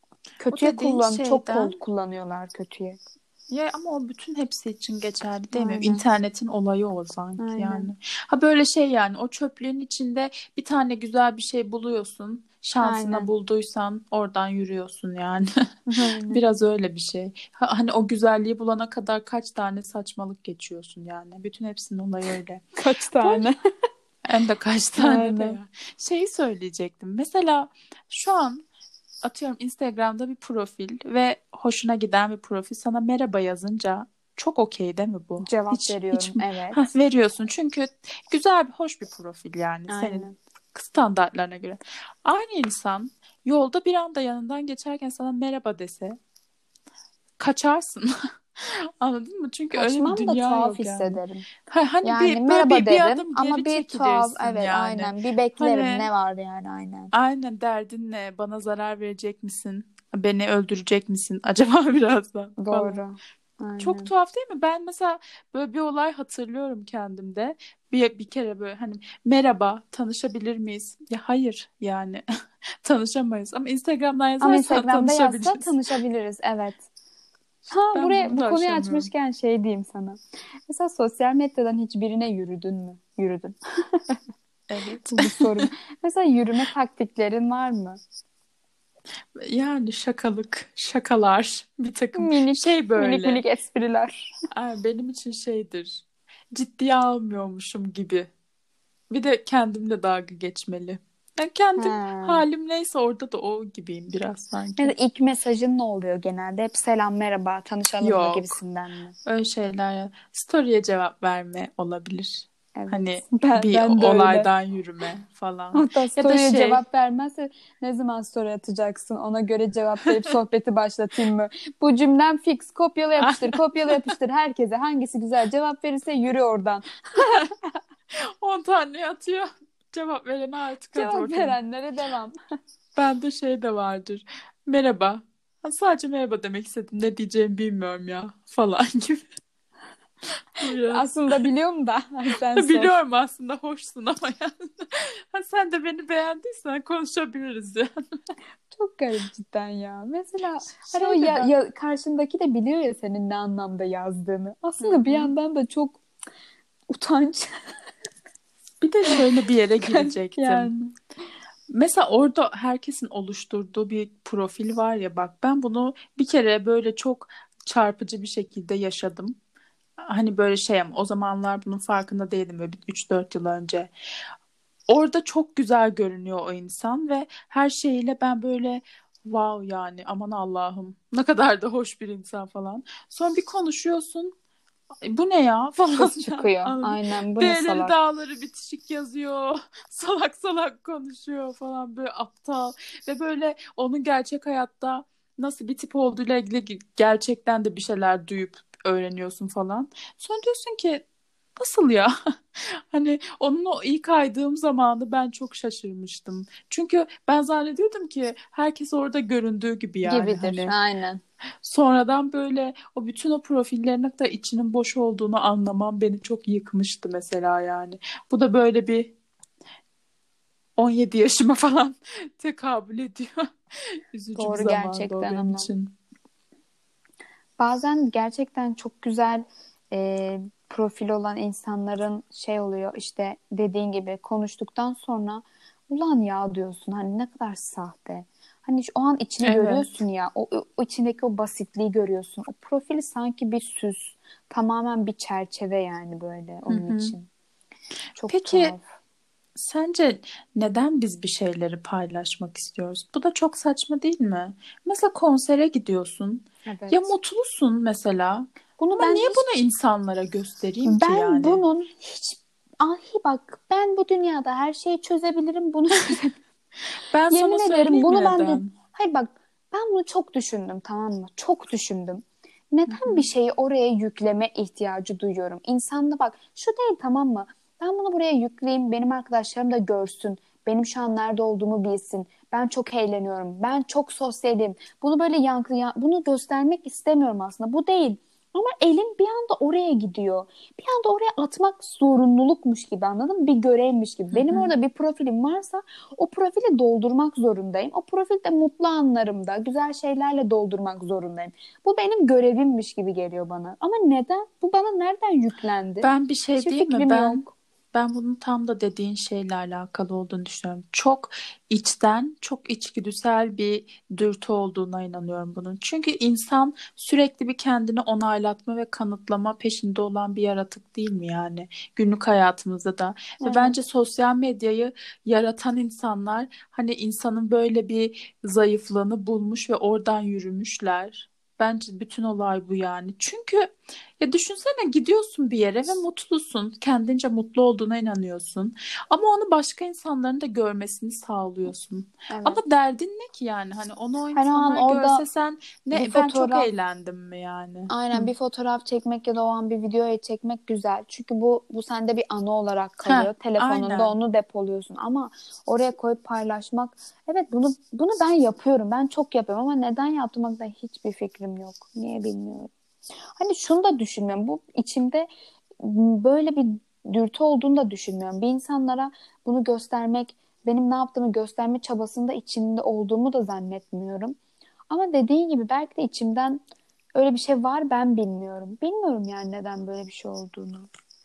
Speaker 2: O
Speaker 1: kötüye
Speaker 2: dediğin
Speaker 1: çok
Speaker 2: şeyden,
Speaker 1: kullanıyorlar kötüye.
Speaker 2: ya ama o bütün hepsi için geçerli değil mi?
Speaker 1: Aynen.
Speaker 2: İnternetin olayı o sanki
Speaker 1: Aynen.
Speaker 2: yani. Ha böyle şey yani, o çöplüğün içinde bir tane güzel bir şey buluyorsun. Şansına
Speaker 1: Aynen.
Speaker 2: bulduysan oradan yürüyorsun yani.
Speaker 1: Aynen.
Speaker 2: Biraz öyle bir şey. Hani o güzelliği bulana kadar kaç tane saçmalık geçiyorsun yani. Bütün hepsinin olayı öyle.
Speaker 1: Kaç
Speaker 2: Böyle
Speaker 1: tane?
Speaker 2: hem de kaç tane de
Speaker 1: Aynen.
Speaker 2: ya. Şeyi söyleyecektim. Mesela şu an atıyorum Instagram'da bir profil ve hoşuna giden bir profil sana merhaba yazınca çok okey değil mi bu?
Speaker 1: Cevap
Speaker 2: Hiç
Speaker 1: veriyorum.
Speaker 2: mi? Ha,
Speaker 1: Evet.
Speaker 2: veriyorsun çünkü güzel bir, hoş bir profil yani senin
Speaker 1: Aynen.
Speaker 2: standartlarına göre. Aynı insan yolda bir anda yanından geçerken sana merhaba dese kaçarsın. Anladın mı? Çünkü öyle bir
Speaker 1: Kaçmam da
Speaker 2: dünya
Speaker 1: tuhaf
Speaker 2: yok yani.
Speaker 1: hissederim.
Speaker 2: Hani
Speaker 1: Yani
Speaker 2: bir böyle
Speaker 1: merhaba
Speaker 2: bir
Speaker 1: derim
Speaker 2: adım
Speaker 1: ama
Speaker 2: geri
Speaker 1: bir tuhaf,
Speaker 2: çekilirsin
Speaker 1: evet
Speaker 2: yani.
Speaker 1: aynen, bir beklerim
Speaker 2: Hani
Speaker 1: ne var yani, aynen.
Speaker 2: aynen, derdin ne? Bana zarar verecek misin? Beni öldürecek misin acaba birazdan falan.
Speaker 1: Doğru.
Speaker 2: Çok
Speaker 1: Aynen.
Speaker 2: tuhaf değil mi? Ben mesela böyle bir olay hatırlıyorum kendimde. Bir kere böyle hani merhaba, tanışabilir miyiz? Ya hayır yani tanışamayız ama Instagram'dan
Speaker 1: Ama
Speaker 2: yazarsan
Speaker 1: Instagram'da yazsa
Speaker 2: tanışabiliriz.
Speaker 1: tanışabiliriz. Evet. Ha,
Speaker 2: İşte ben
Speaker 1: buraya
Speaker 2: bunu
Speaker 1: bu
Speaker 2: da
Speaker 1: konuyu
Speaker 2: aşamıyorum.
Speaker 1: açmışken şey diyeyim sana. Mesela sosyal medyadan hiçbirine yürüdün mü? Yürüdün.
Speaker 2: Evet.
Speaker 1: Bu sorum. Mesela yürüme taktiklerin var mı?
Speaker 2: Yani şakalık, şakalar, bir takım
Speaker 1: Minik,
Speaker 2: şey
Speaker 1: minik
Speaker 2: böyle.
Speaker 1: minik espriler.
Speaker 2: Benim için şeydir. Ciddiye almıyormuşum gibi. Bir de kendimle dalga geçmeli. Yani kendim
Speaker 1: Ha.
Speaker 2: halim neyse orada da o gibiyim biraz
Speaker 1: Mesela
Speaker 2: sanki.
Speaker 1: ilk mesajın ne oluyor genelde? Hep selam, merhaba, tanışalım mı
Speaker 2: Yok.
Speaker 1: gibisinden mi?
Speaker 2: Öyle şeyler ya. Story'e cevap verme olabilir. Hani
Speaker 1: Evet.
Speaker 2: bir
Speaker 1: Ben de öyle.
Speaker 2: olaydan yürüme falan.
Speaker 1: Hatta
Speaker 2: Ya da
Speaker 1: story'e
Speaker 2: şey,
Speaker 1: cevap vermezse ne zaman story atacaksın? Ona göre cevap verip sohbeti başlatayım mı? Bu cümlem fix. Kopyala yapıştır, kopyala yapıştır herkese. Hangisi güzel cevap verirse yürü oradan.
Speaker 2: 10 tane atıyor. Cevap verene artık hadi
Speaker 1: Cevap
Speaker 2: bakalım.
Speaker 1: verenlere devam.
Speaker 2: Bende şey de vardır. Merhaba. Ha, sadece merhaba demek istedim. Ne diyeceğimi bilmiyorum ya falan gibi. Biraz.
Speaker 1: Aslında biliyorum da sen sor.
Speaker 2: Biliyorum aslında hoşsun ama yani. Ha, sen de beni beğendiysen konuşabiliriz ya.
Speaker 1: Çok garip cidden ya. Mesela hani o
Speaker 2: Şey de ben.
Speaker 1: karşındaki de biliyor ya senin ne anlamda yazdığını.
Speaker 2: Hı
Speaker 1: Aslında bir
Speaker 2: hı.
Speaker 1: yandan da çok utanç.
Speaker 2: Bir de şöyle bir yere girecektim.
Speaker 1: Yani.
Speaker 2: Mesela orada herkesin oluşturduğu bir profil var ya, bak ben bunu bir kere böyle çok çarpıcı bir şekilde yaşadım. Hani böyle şey, ama o zamanlar bunun farkında değildim, böyle 3-4 yıl önce. Orada çok güzel görünüyor o insan ve her şeyiyle ben böyle wow yani, aman Allah'ım ne kadar da hoş bir insan falan. Sonra bir konuşuyorsun, bu ne ya falan
Speaker 1: Kız
Speaker 2: yani,
Speaker 1: çıkıyor.
Speaker 2: anladın?
Speaker 1: Aynen, bu ne
Speaker 2: Değerleri
Speaker 1: salak.
Speaker 2: dağları bitişik yazıyor. Salak salak konuşuyor falan, böyle aptal. Ve böyle onun gerçek hayatta nasıl bir tip olduğuyla ilgili gerçekten de bir şeyler duyup öğreniyorsun falan. Sonra diyorsun ki nasıl ya? Hani onun o ilk aydığım zamanı ben çok şaşırmıştım. Çünkü ben zannediyordum ki herkes orada göründüğü gibi yani,
Speaker 1: Gibidir.
Speaker 2: hani
Speaker 1: Aynen.
Speaker 2: sonradan böyle o bütün o profillerin hatta içinin boş olduğunu anlamam beni çok yıkmıştı mesela yani. Bu da böyle bir 17 yaşıma falan tekabül ediyor. Üzücü bir
Speaker 1: Doğru
Speaker 2: zamandı o
Speaker 1: gerçekten
Speaker 2: benim
Speaker 1: ama.
Speaker 2: için.
Speaker 1: Bazen gerçekten çok güzel profil olan insanların şey oluyor işte, dediğin gibi konuştuktan sonra ulan ya diyorsun, hani ne kadar sahte. Hani o an içini
Speaker 2: Evet.
Speaker 1: görüyorsun ya. O içindeki o basitliği görüyorsun. O profili sanki bir süs. Tamamen bir çerçeve yani böyle
Speaker 2: Hı
Speaker 1: onun
Speaker 2: hı.
Speaker 1: için. Çok
Speaker 2: Peki
Speaker 1: tuhaf.
Speaker 2: sence neden biz bir şeyleri paylaşmak istiyoruz? Bu da çok saçma değil mi? Mesela konsere gidiyorsun. Ya
Speaker 1: Evet.
Speaker 2: mutlusun mesela.
Speaker 1: Bunu
Speaker 2: Ama
Speaker 1: ben
Speaker 2: niye
Speaker 1: hiç
Speaker 2: bunu insanlara göstereyim ki
Speaker 1: Ben
Speaker 2: yani?
Speaker 1: bunun hiç ahi bak ben bu dünyada her şeyi çözebilirim bunu çözebilirim.
Speaker 2: Ben sana
Speaker 1: Yemin ederim
Speaker 2: söyleyeyim mi
Speaker 1: bunu ben de
Speaker 2: neden?
Speaker 1: hayır bak ben bunu çok düşündüm tamam mı? Çok düşündüm.
Speaker 2: Hı
Speaker 1: Neden bir
Speaker 2: hı.
Speaker 1: şeyi oraya yükleme ihtiyacı duyuyorum? İnsanda bak şu değil tamam mı? Ben bunu buraya yükleyeyim benim arkadaşlarım da görsün. Benim şu an nerede olduğumu bilsin. Ben çok eğleniyorum. Ben çok sosyalim. Bunu böyle bunu göstermek istemiyorum aslında. Bu değil. Ama elim bir anda oraya gidiyor. Bir anda oraya atmak zorunlulukmuş gibi anladın mı? Bir görevmiş gibi.
Speaker 2: Hı
Speaker 1: Benim
Speaker 2: hı.
Speaker 1: orada bir profilim varsa o profili doldurmak zorundayım. O profilde mutlu anlarımda güzel şeylerle doldurmak zorundayım. Bu benim görevimmiş gibi geliyor bana. Ama neden? Bu bana nereden yüklendi?
Speaker 2: Ben bir şey
Speaker 1: Hiçbir
Speaker 2: diyeyim mi?
Speaker 1: fikrim yok.
Speaker 2: Ben bunun tam da dediğin şeyle alakalı olduğunu düşünüyorum. Çok içten, çok içgüdüsel bir dürtü olduğuna inanıyorum bunun. Çünkü insan sürekli bir kendini onaylatma ve kanıtlama peşinde olan bir yaratık değil mi yani? Günlük hayatımızda da. Ve bence
Speaker 1: Evet.
Speaker 2: sosyal medyayı yaratan insanlar hani insanın böyle bir zayıflığını bulmuş ve oradan yürümüşler. Bence bütün olay bu yani. Çünkü ya düşünsene gidiyorsun bir yere ve mutlusun. Kendince mutlu olduğuna inanıyorsun. Ama onu başka insanların da görmesini sağlıyorsun. Ama
Speaker 1: Evet.
Speaker 2: derdin ne ki yani? Hani onu o
Speaker 1: Hani o an
Speaker 2: insanlar görse
Speaker 1: orada
Speaker 2: sen
Speaker 1: bir
Speaker 2: ne ben çok
Speaker 1: fotoğraf
Speaker 2: eğlendim mi yani?
Speaker 1: Aynen
Speaker 2: Hı.
Speaker 1: bir fotoğraf çekmek ya da o an bir videoya çekmek güzel. Çünkü bu sende bir anı olarak
Speaker 2: Heh,
Speaker 1: kalıyor. Telefonunda
Speaker 2: aynen.
Speaker 1: onu depoluyorsun ama oraya koyup paylaşmak evet bunu ben yapıyorum. Ben çok yapıyorum ama neden yaptığım hakkında hiçbir fikrim yok. Niye bilmiyorum. Hani şunu da düşünmüyorum. Bu içimde böyle bir dürtü olduğunu da düşünmüyorum. Bir insanlara bunu göstermek, benim ne yaptığımı gösterme çabasında içinde olduğumu da zannetmiyorum. Ama dediğin gibi belki de içimden öyle bir şey var ben bilmiyorum. Bilmiyorum yani neden böyle bir şey olduğunu.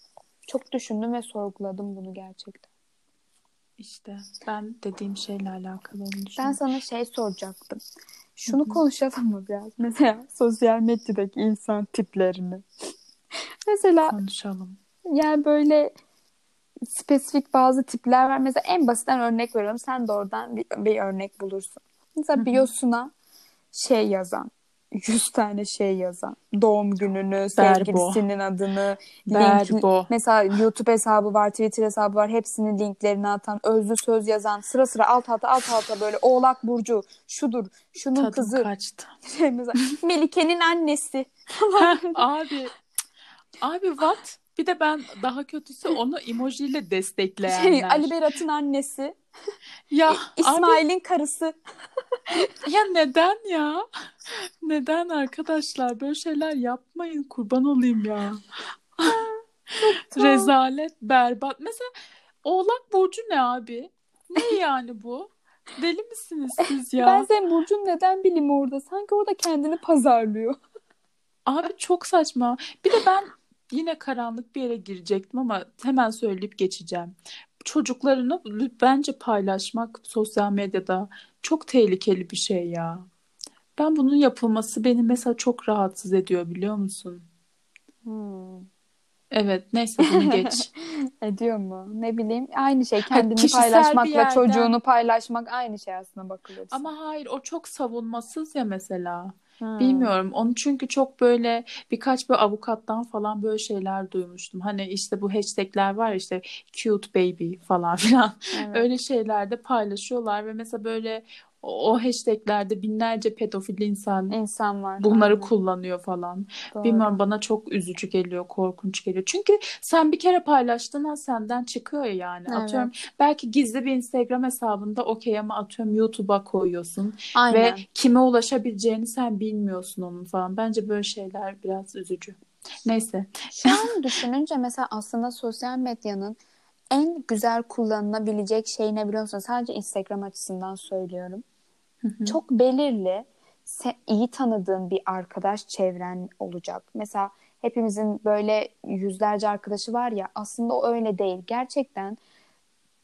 Speaker 1: Çok düşündüm ve sorguladım bunu gerçekten.
Speaker 2: İşte ben dediğim şeyle alakalı onu
Speaker 1: Ben
Speaker 2: düşünüyorum.
Speaker 1: sana şey soracaktım.
Speaker 2: Hı
Speaker 1: Şunu
Speaker 2: hı.
Speaker 1: konuşalım mı biraz? Mesela sosyal medyadaki insan tiplerini. Mesela
Speaker 2: Konuşalım.
Speaker 1: yani böyle spesifik bazı tipler var. Mesela en basitten örnek veriyorum. Sen de oradan bir örnek bulursun.
Speaker 2: Hı
Speaker 1: Mesela
Speaker 2: hı.
Speaker 1: biosuna şey yazan, 100 tane şey yazan, doğum gününü,
Speaker 2: Berbo.
Speaker 1: sevgilisinin adını, link,
Speaker 2: Berbo.
Speaker 1: mesela YouTube hesabı var, Twitter hesabı var, hepsinin linklerini atan, özlü söz yazan, sıra sıra alt alta böyle Oğlak Burcu, şudur, şunun
Speaker 2: Tadım
Speaker 1: kızı,
Speaker 2: kaçtı.
Speaker 1: şey mesela Melike'nin annesi falan
Speaker 2: Heh,
Speaker 1: böyle.
Speaker 2: abi what? Bir de ben daha kötüsü onu emojiyle
Speaker 1: Şey, Ali
Speaker 2: destekleyenler.
Speaker 1: Berat'ın annesi,
Speaker 2: Ya abi
Speaker 1: İsmail'in karısı.
Speaker 2: ya neden ya? Neden arkadaşlar böyle şeyler yapmayın kurban olayım ya.
Speaker 1: Çok tuhaf.
Speaker 2: Rezalet, berbat. Mesela Oğlak Burcu ne abi? Ne yani bu? Deli misiniz siz
Speaker 1: Ben
Speaker 2: ya?
Speaker 1: senin Burcu'nu neden bileyim orada? Sanki orada kendini pazarlıyor.
Speaker 2: Abi çok saçma. Bir de ben yine karanlık bir yere girecektim ama hemen söyleyip geçeceğim. Çocuklarını bence paylaşmak sosyal medyada çok tehlikeli bir şey ya. Ben bunun yapılması beni mesela çok rahatsız ediyor biliyor musun?
Speaker 1: Hmm.
Speaker 2: Evet, neyse bunu geç.
Speaker 1: Ediyor mu? Ne bileyim. Aynı şey.
Speaker 2: Ha,
Speaker 1: Kendini
Speaker 2: kişisel bir
Speaker 1: paylaşmakla
Speaker 2: yerden
Speaker 1: çocuğunu paylaşmak aynı şey aslında bakılırsa.
Speaker 2: ama hayır o çok savunmasız ya mesela.
Speaker 1: Hmm.
Speaker 2: Bilmiyorum. Onu çünkü çok böyle birkaç bir avukattan falan böyle şeyler duymuştum. Hani işte bu hashtagler var ya işte cute baby falan filan.
Speaker 1: Evet.
Speaker 2: Öyle şeyler de paylaşıyorlar ve mesela böyle o hashtaglerde binlerce pedofil insan
Speaker 1: İnsan var.
Speaker 2: bunları
Speaker 1: Aynen.
Speaker 2: kullanıyor falan. Bilmiyorum
Speaker 1: Doğru.
Speaker 2: bana çok üzücü geliyor, korkunç geliyor. Çünkü sen bir kere paylaştığın an senden çıkıyor ya yani. Atıyorum
Speaker 1: Evet.
Speaker 2: belki gizli bir Instagram hesabında okey ama atıyorum YouTube'a koyuyorsun ve
Speaker 1: Aynen.
Speaker 2: kime ulaşabileceğini sen bilmiyorsun onun falan. Bence böyle şeyler biraz üzücü. Neyse.
Speaker 1: Şu an düşününce mesela aslında sosyal medyanın en güzel kullanılabilecek şey ne biliyor musun? Sadece Instagram açısından söylüyorum.
Speaker 2: Hı hı.
Speaker 1: Çok belirli, iyi tanıdığın bir arkadaş çevren olacak. Mesela hepimizin böyle yüzlerce arkadaşı var ya aslında o öyle değil. Gerçekten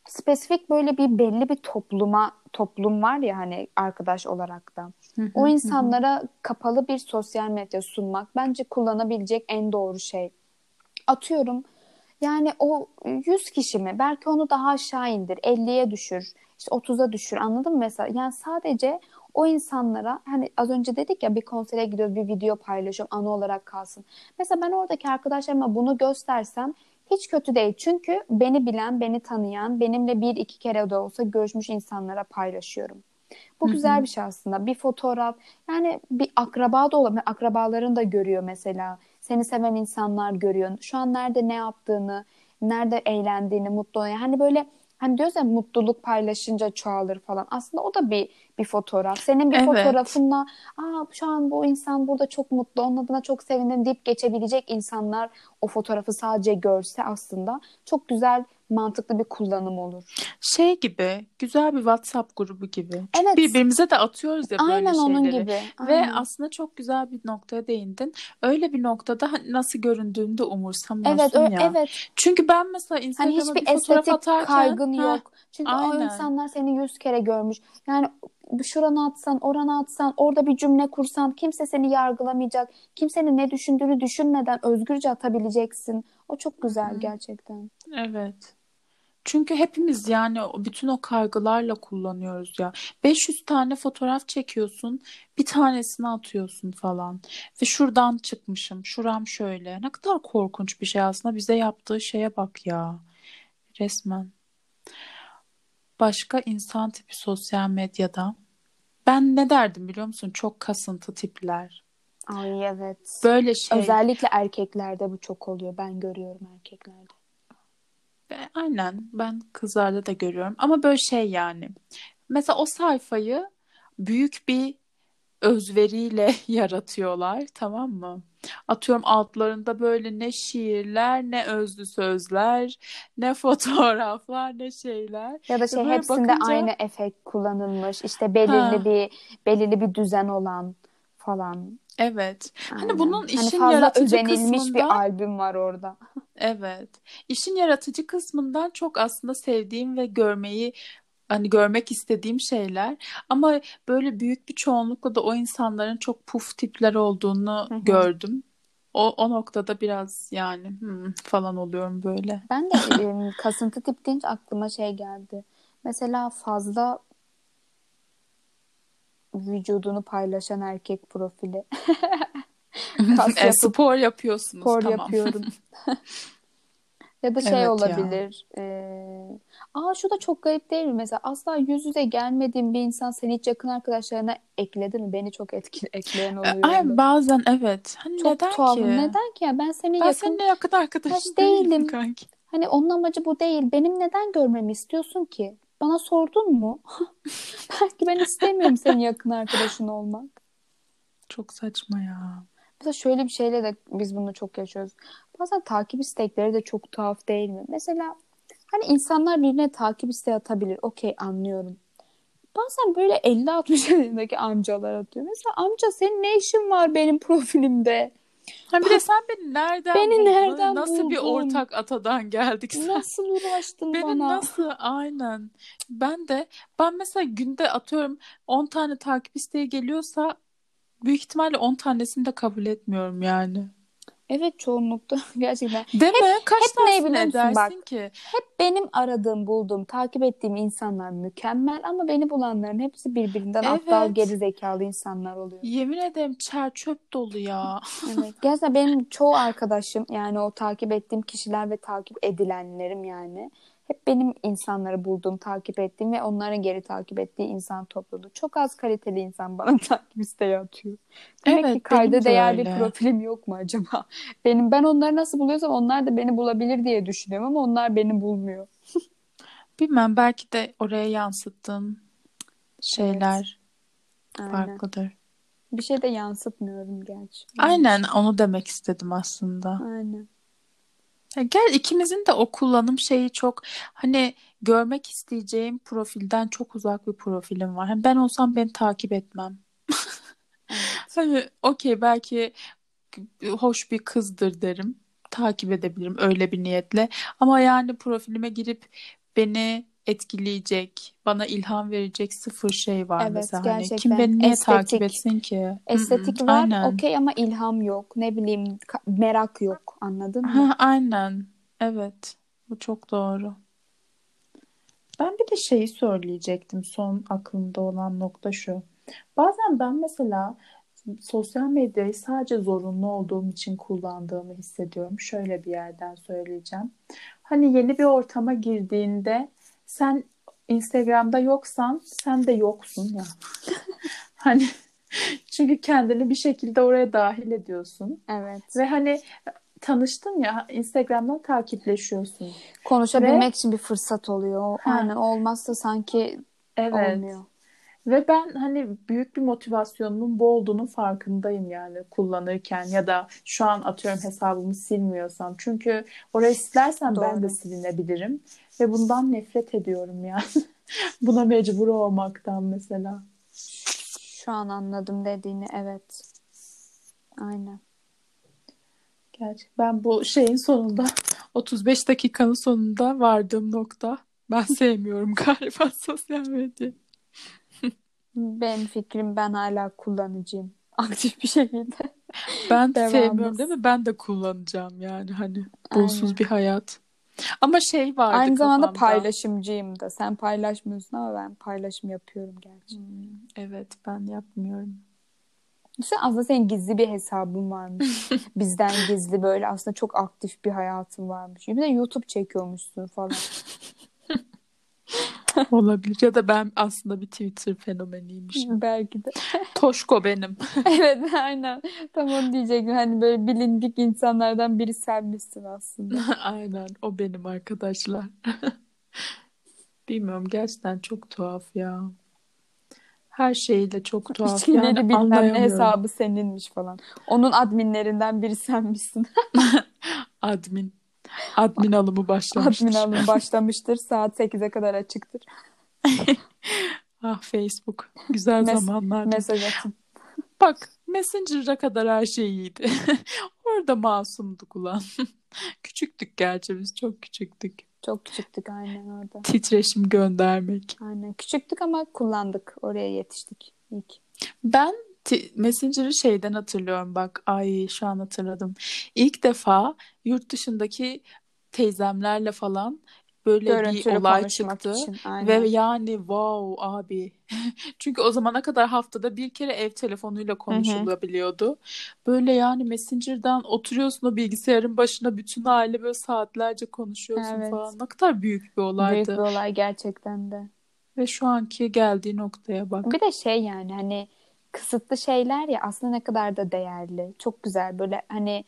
Speaker 1: spesifik böyle bir belli bir toplum var ya hani arkadaş olarak da.
Speaker 2: Hı
Speaker 1: O
Speaker 2: hı, hı hı.
Speaker 1: insanlara kapalı bir sosyal medya sunmak bence kullanabilecek en doğru şey. Atıyorum yani o 100 kişi mi? Belki onu daha aşağı indir. 50'ye düşür. İşte 30'a düşür. Anladın mı mesela? Yani sadece o insanlara hani az önce dedik ya bir konsere gidiyoruz bir video paylaşıyorum anı olarak kalsın. Mesela ben oradaki arkadaşlarıma bunu göstersem hiç kötü değil. Çünkü beni bilen, beni tanıyan, benimle bir iki kere de olsa görüşmüş insanlara paylaşıyorum.
Speaker 2: Hı
Speaker 1: Bu güzel
Speaker 2: hı.
Speaker 1: bir şey aslında. Bir fotoğraf yani bir akraba da olabilir. Akrabaların da görüyor mesela. Seni seven insanlar görüyor. Şu an nerede ne yaptığını, nerede eğlendiğini, mutlu olduğunu. Yani böyle hani diyoruz ya mutluluk paylaşınca çoğalır falan. Aslında o da bir fotoğraf. Senin bir
Speaker 2: Evet.
Speaker 1: fotoğrafınla şu an bu insan burada çok mutlu, onun adına çok sevindim deyip geçebilecek insanlar o fotoğrafı sadece görse aslında çok güzel, mantıklı bir kullanım olur.
Speaker 2: Şey gibi, güzel bir WhatsApp grubu gibi. Çünkü
Speaker 1: Evet,
Speaker 2: birbirimize de atıyoruz ya böyle
Speaker 1: aynen onun
Speaker 2: şeyleri.
Speaker 1: gibi.
Speaker 2: Ve
Speaker 1: Aynen.
Speaker 2: aslında çok güzel bir noktaya değindin. Öyle bir noktada hani nasıl göründüğünü de
Speaker 1: Evet,
Speaker 2: umursamıyorsun ya.
Speaker 1: evet.
Speaker 2: Çünkü ben mesela
Speaker 1: Hani
Speaker 2: Instagram'a
Speaker 1: hiçbir
Speaker 2: bir fotoğraf
Speaker 1: estetik
Speaker 2: atarken,
Speaker 1: kaygın yok. Çünkü o
Speaker 2: aynen.
Speaker 1: insanlar seni 100 kere görmüş. Yani şurana atsan, orana atsan, orada bir cümle kursan kimse seni yargılamayacak. Kimsenin ne düşündüğünü düşünmeden özgürce atabileceksin. O çok güzel
Speaker 2: Hı,
Speaker 1: gerçekten.
Speaker 2: evet. Çünkü hepimiz yani bütün o kaygılarla kullanıyoruz ya. 500 tane fotoğraf çekiyorsun, bir tanesini atıyorsun falan. Ve şuradan çıkmışım, şuram şöyle. Ne kadar korkunç bir şey aslında. Bize yaptığı şeye bak ya. Resmen. Başka insan tipi sosyal medyada. Ben ne derdim biliyor musun? Çok kasıntı tipler.
Speaker 1: Ay evet.
Speaker 2: Böyle şey.
Speaker 1: Özellikle erkeklerde bu çok oluyor. Ben görüyorum erkeklerde.
Speaker 2: Aynen ben kızlarda da görüyorum. Ama böyle şey yani. Mesela o sayfayı büyük bir özveriyle yaratıyorlar, tamam mı? Atıyorum altlarında böyle ne şiirler, ne özlü sözler, ne fotoğraflar, ne şeyler.
Speaker 1: Ya da
Speaker 2: Ve
Speaker 1: şey
Speaker 2: böyle
Speaker 1: hepsinde
Speaker 2: bakınca
Speaker 1: aynı efekt kullanılmış. İşte
Speaker 2: ha
Speaker 1: belirli bir düzen olan falan.
Speaker 2: evet. Hani
Speaker 1: Aynen.
Speaker 2: bunun
Speaker 1: Hani
Speaker 2: işin
Speaker 1: fazla
Speaker 2: yaratıcı
Speaker 1: özenilmiş bir
Speaker 2: kısmından
Speaker 1: albüm var orada.
Speaker 2: evet. İşin yaratıcı kısmından çok aslında sevdiğim ve görmek istediğim şeyler. Ama böyle büyük bir çoğunlukla da o insanların çok puf tipler olduğunu
Speaker 1: Hı hı.
Speaker 2: gördüm. O noktada biraz yani falan oluyorum böyle.
Speaker 1: Ben de kasıntı tip deyince aklıma şey geldi. Mesela fazla vücudunu paylaşan erkek profili. Kas yapıp
Speaker 2: Spor yapıyorsunuz,
Speaker 1: spor
Speaker 2: tamam.
Speaker 1: yapıyorum. Ya da şey
Speaker 2: Evet ya.
Speaker 1: olabilir. Şu da çok garip değil mi? Mesela asla yüz yüze gelmediğin bir insan seni hiç yakın arkadaşlarına ekledi mi? Beni çok ekleyen oluyor
Speaker 2: Ay
Speaker 1: öyle.
Speaker 2: bazen evet. Hani
Speaker 1: Çok
Speaker 2: neden
Speaker 1: tuhafım.
Speaker 2: ki?
Speaker 1: Neden ki ya? Ben senin
Speaker 2: Ben
Speaker 1: yakın
Speaker 2: seninle yakın
Speaker 1: arkadaş
Speaker 2: arkadaşın değilim
Speaker 1: değilim.
Speaker 2: kanki.
Speaker 1: Hani onun amacı bu değil. Benim neden görmemi istiyorsun ki? Bana sordun mu? Belki ben istemiyorum senin yakın arkadaşın olmak.
Speaker 2: Çok saçma ya.
Speaker 1: Mesela şöyle bir şeyle de biz bunu çok yaşıyoruz. Bazen takip istekleri de çok tuhaf değil mi? Mesela hani insanlar birbirine takip isteği atabilir. Okey anlıyorum. Bazen böyle 50-60 yaşındaki amcalar atıyor. Mesela amca senin ne işin var benim profilimde?
Speaker 2: Ha bir de sen beni nereden
Speaker 1: Beni
Speaker 2: buldun? Hani
Speaker 1: nereden
Speaker 2: nasıl bir
Speaker 1: buldun?
Speaker 2: ortak atadan geldik sen?
Speaker 1: Nasıl ulaştın
Speaker 2: Beni
Speaker 1: bana?
Speaker 2: nasıl aynen. Ben mesela günde atıyorum 10 tane takip isteği geliyorsa büyük ihtimalle 10 tanesini de kabul etmiyorum yani.
Speaker 1: Evet çoğunlukta gerçekten.
Speaker 2: Değil
Speaker 1: Hep
Speaker 2: mi? Kaç
Speaker 1: hep ne
Speaker 2: tanesini
Speaker 1: biliyor musun
Speaker 2: edersin
Speaker 1: bak?
Speaker 2: ki?
Speaker 1: Hep benim aradığım, bulduğum, takip ettiğim insanlar mükemmel ama beni bulanların hepsi birbirinden aptal, geri
Speaker 2: Evet.
Speaker 1: zekalı insanlar oluyor.
Speaker 2: Yemin ederim çer çöp dolu ya.
Speaker 1: Evet. Gerçekten benim çoğu arkadaşım yani o takip ettiğim kişiler ve takip edilenlerim yani hep benim insanları bulduğum, takip ettiğim ve onların geri takip ettiği insan topluluğu. Çok az kaliteli insan bana takip isteği atıyor. Demek ki
Speaker 2: Evet benim
Speaker 1: kayda
Speaker 2: de
Speaker 1: değer bir
Speaker 2: öyle.
Speaker 1: profilim yok mu acaba? Ben onları nasıl buluyorsam onlar da beni bulabilir diye düşünüyorum ama onlar beni bulmuyor.
Speaker 2: Bilmem belki de oraya yansıttığın
Speaker 1: Evet,
Speaker 2: şeyler
Speaker 1: aynen.
Speaker 2: farklıdır.
Speaker 1: Bir şey de yansıtmıyorum gerçi onun
Speaker 2: Aynen
Speaker 1: için.
Speaker 2: onu demek istedim aslında.
Speaker 1: Aynen.
Speaker 2: Ya gel ikimizin de o kullanım şeyi çok hani görmek isteyeceğim profilden çok uzak bir profilim var. Hani ben olsam beni takip etmem.
Speaker 1: Evet.
Speaker 2: Hani okey belki hoş bir kızdır derim. Takip edebilirim öyle bir niyetle. Ama yani profilime girip beni etkileyecek, bana ilham verecek sıfır şey var
Speaker 1: Evet,
Speaker 2: mesela. Hani kim
Speaker 1: gerçekten
Speaker 2: beni niye takip
Speaker 1: estetik.
Speaker 2: etsin ki? Mm-mm,
Speaker 1: Estetik var,
Speaker 2: aynen.
Speaker 1: okey, ama ilham yok. Ne bileyim, merak yok. Anladın mı?
Speaker 2: Ha, aynen. Evet. Bu çok doğru. Ben bir de şeyi söyleyecektim. Son aklımda olan nokta şu. Bazen ben mesela sosyal medyayı sadece zorunlu olduğum için kullandığımı hissediyorum. Şöyle bir yerden söyleyeceğim. Hani yeni bir ortama girdiğinde sen Instagram'da yoksan sen de yoksun ya. Hani çünkü kendini bir şekilde oraya dahil ediyorsun.
Speaker 1: Evet.
Speaker 2: Ve hani tanıştın ya Instagram'dan takipleşiyorsun. Ve
Speaker 1: Konuşabilmek için bir fırsat oluyor. Aynen,
Speaker 2: ha
Speaker 1: olmazsa sanki
Speaker 2: evet.
Speaker 1: olmuyor.
Speaker 2: Ve ben hani büyük bir motivasyonumun bu olduğunun farkındayım yani kullanırken ya da şu an atıyorum hesabımı silmiyorsam. Çünkü orayı silersem ben de
Speaker 1: Doğru.
Speaker 2: silinebilirim ve bundan nefret ediyorum yani. Buna mecbur olmaktan mesela.
Speaker 1: Şu an anladım dediğini, evet. Aynen.
Speaker 2: Gerçekten ben bu şeyin sonunda 35 dakikanın sonunda vardığım nokta ben sevmiyorum galiba sosyal medyayı.
Speaker 1: Benim fikrim, ben hala kullanıcıyım. Aktif bir şekilde.
Speaker 2: Ben
Speaker 1: Devamlı.
Speaker 2: sevmiyorum değil mi? Ben de kullanacağım yani hani bunsuz
Speaker 1: Aynen.
Speaker 2: bir hayat. Ama şey vardı
Speaker 1: Aynı zamanda
Speaker 2: kafamda.
Speaker 1: paylaşımcıyım da. Sen paylaşmıyorsun ama ben paylaşım yapıyorum gerçi.
Speaker 2: Evet ben yapmıyorum.
Speaker 1: Düşünsene, aslında senin gizli bir hesabın varmış. Bizden gizli, böyle aslında çok aktif bir hayatın varmış. Bir de YouTube çekiyormuşsun falan.
Speaker 2: Olabilir ya da ben aslında bir Twitter fenomeniymişim.
Speaker 1: Belki de.
Speaker 2: Toşko benim.
Speaker 1: Evet, aynen. Tam onu diyecektim. Hani böyle bilindik insanlardan biri sen misin aslında.
Speaker 2: Aynen o benim arkadaşlar. Bilmiyorum gerçekten çok tuhaf ya. Her şeyiyle çok tuhaf yani
Speaker 1: İçkileri bilmem ne
Speaker 2: anlayamıyorum.
Speaker 1: hesabı seninmiş falan. Onun adminlerinden biri sen misin?
Speaker 2: Admin. Admin alımı
Speaker 1: Admin
Speaker 2: başlamıştır.
Speaker 1: alım başlamıştır. Saat 8'e kadar açıktır.
Speaker 2: Ah Facebook. Güzel
Speaker 1: Mes
Speaker 2: zamanlardı.
Speaker 1: mesaj atın.
Speaker 2: Bak Messenger'a kadar her şey iyiydi. Orada masumduk ulan. Küçüktük gerçi biz çok küçüktük.
Speaker 1: Çok küçüktük aynen orada.
Speaker 2: Titreşim göndermek.
Speaker 1: Aynen. Küçüktük ama kullandık. Oraya yetiştik. İlk.
Speaker 2: Ben Messenger'ı şeyden hatırlıyorum bak. Ay şu an hatırladım. İlk defa yurt dışındaki teyzemlerle falan böyle bir
Speaker 1: Görüntülü
Speaker 2: olay
Speaker 1: konuşmak
Speaker 2: çıktı.
Speaker 1: için.
Speaker 2: Ve
Speaker 1: Aynen.
Speaker 2: yani wow abi. Çünkü o zamana kadar haftada bir kere ev telefonuyla
Speaker 1: Hı hı.
Speaker 2: konuşulabiliyordu. Böyle yani Messenger'dan oturuyorsun o bilgisayarın başına bütün aile böyle saatlerce konuşuyorsun
Speaker 1: Evet.
Speaker 2: falan. Ne kadar büyük bir
Speaker 1: Büyük bir
Speaker 2: olaydı.
Speaker 1: olay gerçekten de.
Speaker 2: Ve şu anki geldiği noktaya
Speaker 1: Bir
Speaker 2: bak.
Speaker 1: de şey, yani hani kısıtlı şeyler ya, aslında ne kadar da değerli. Çok güzel, böyle hani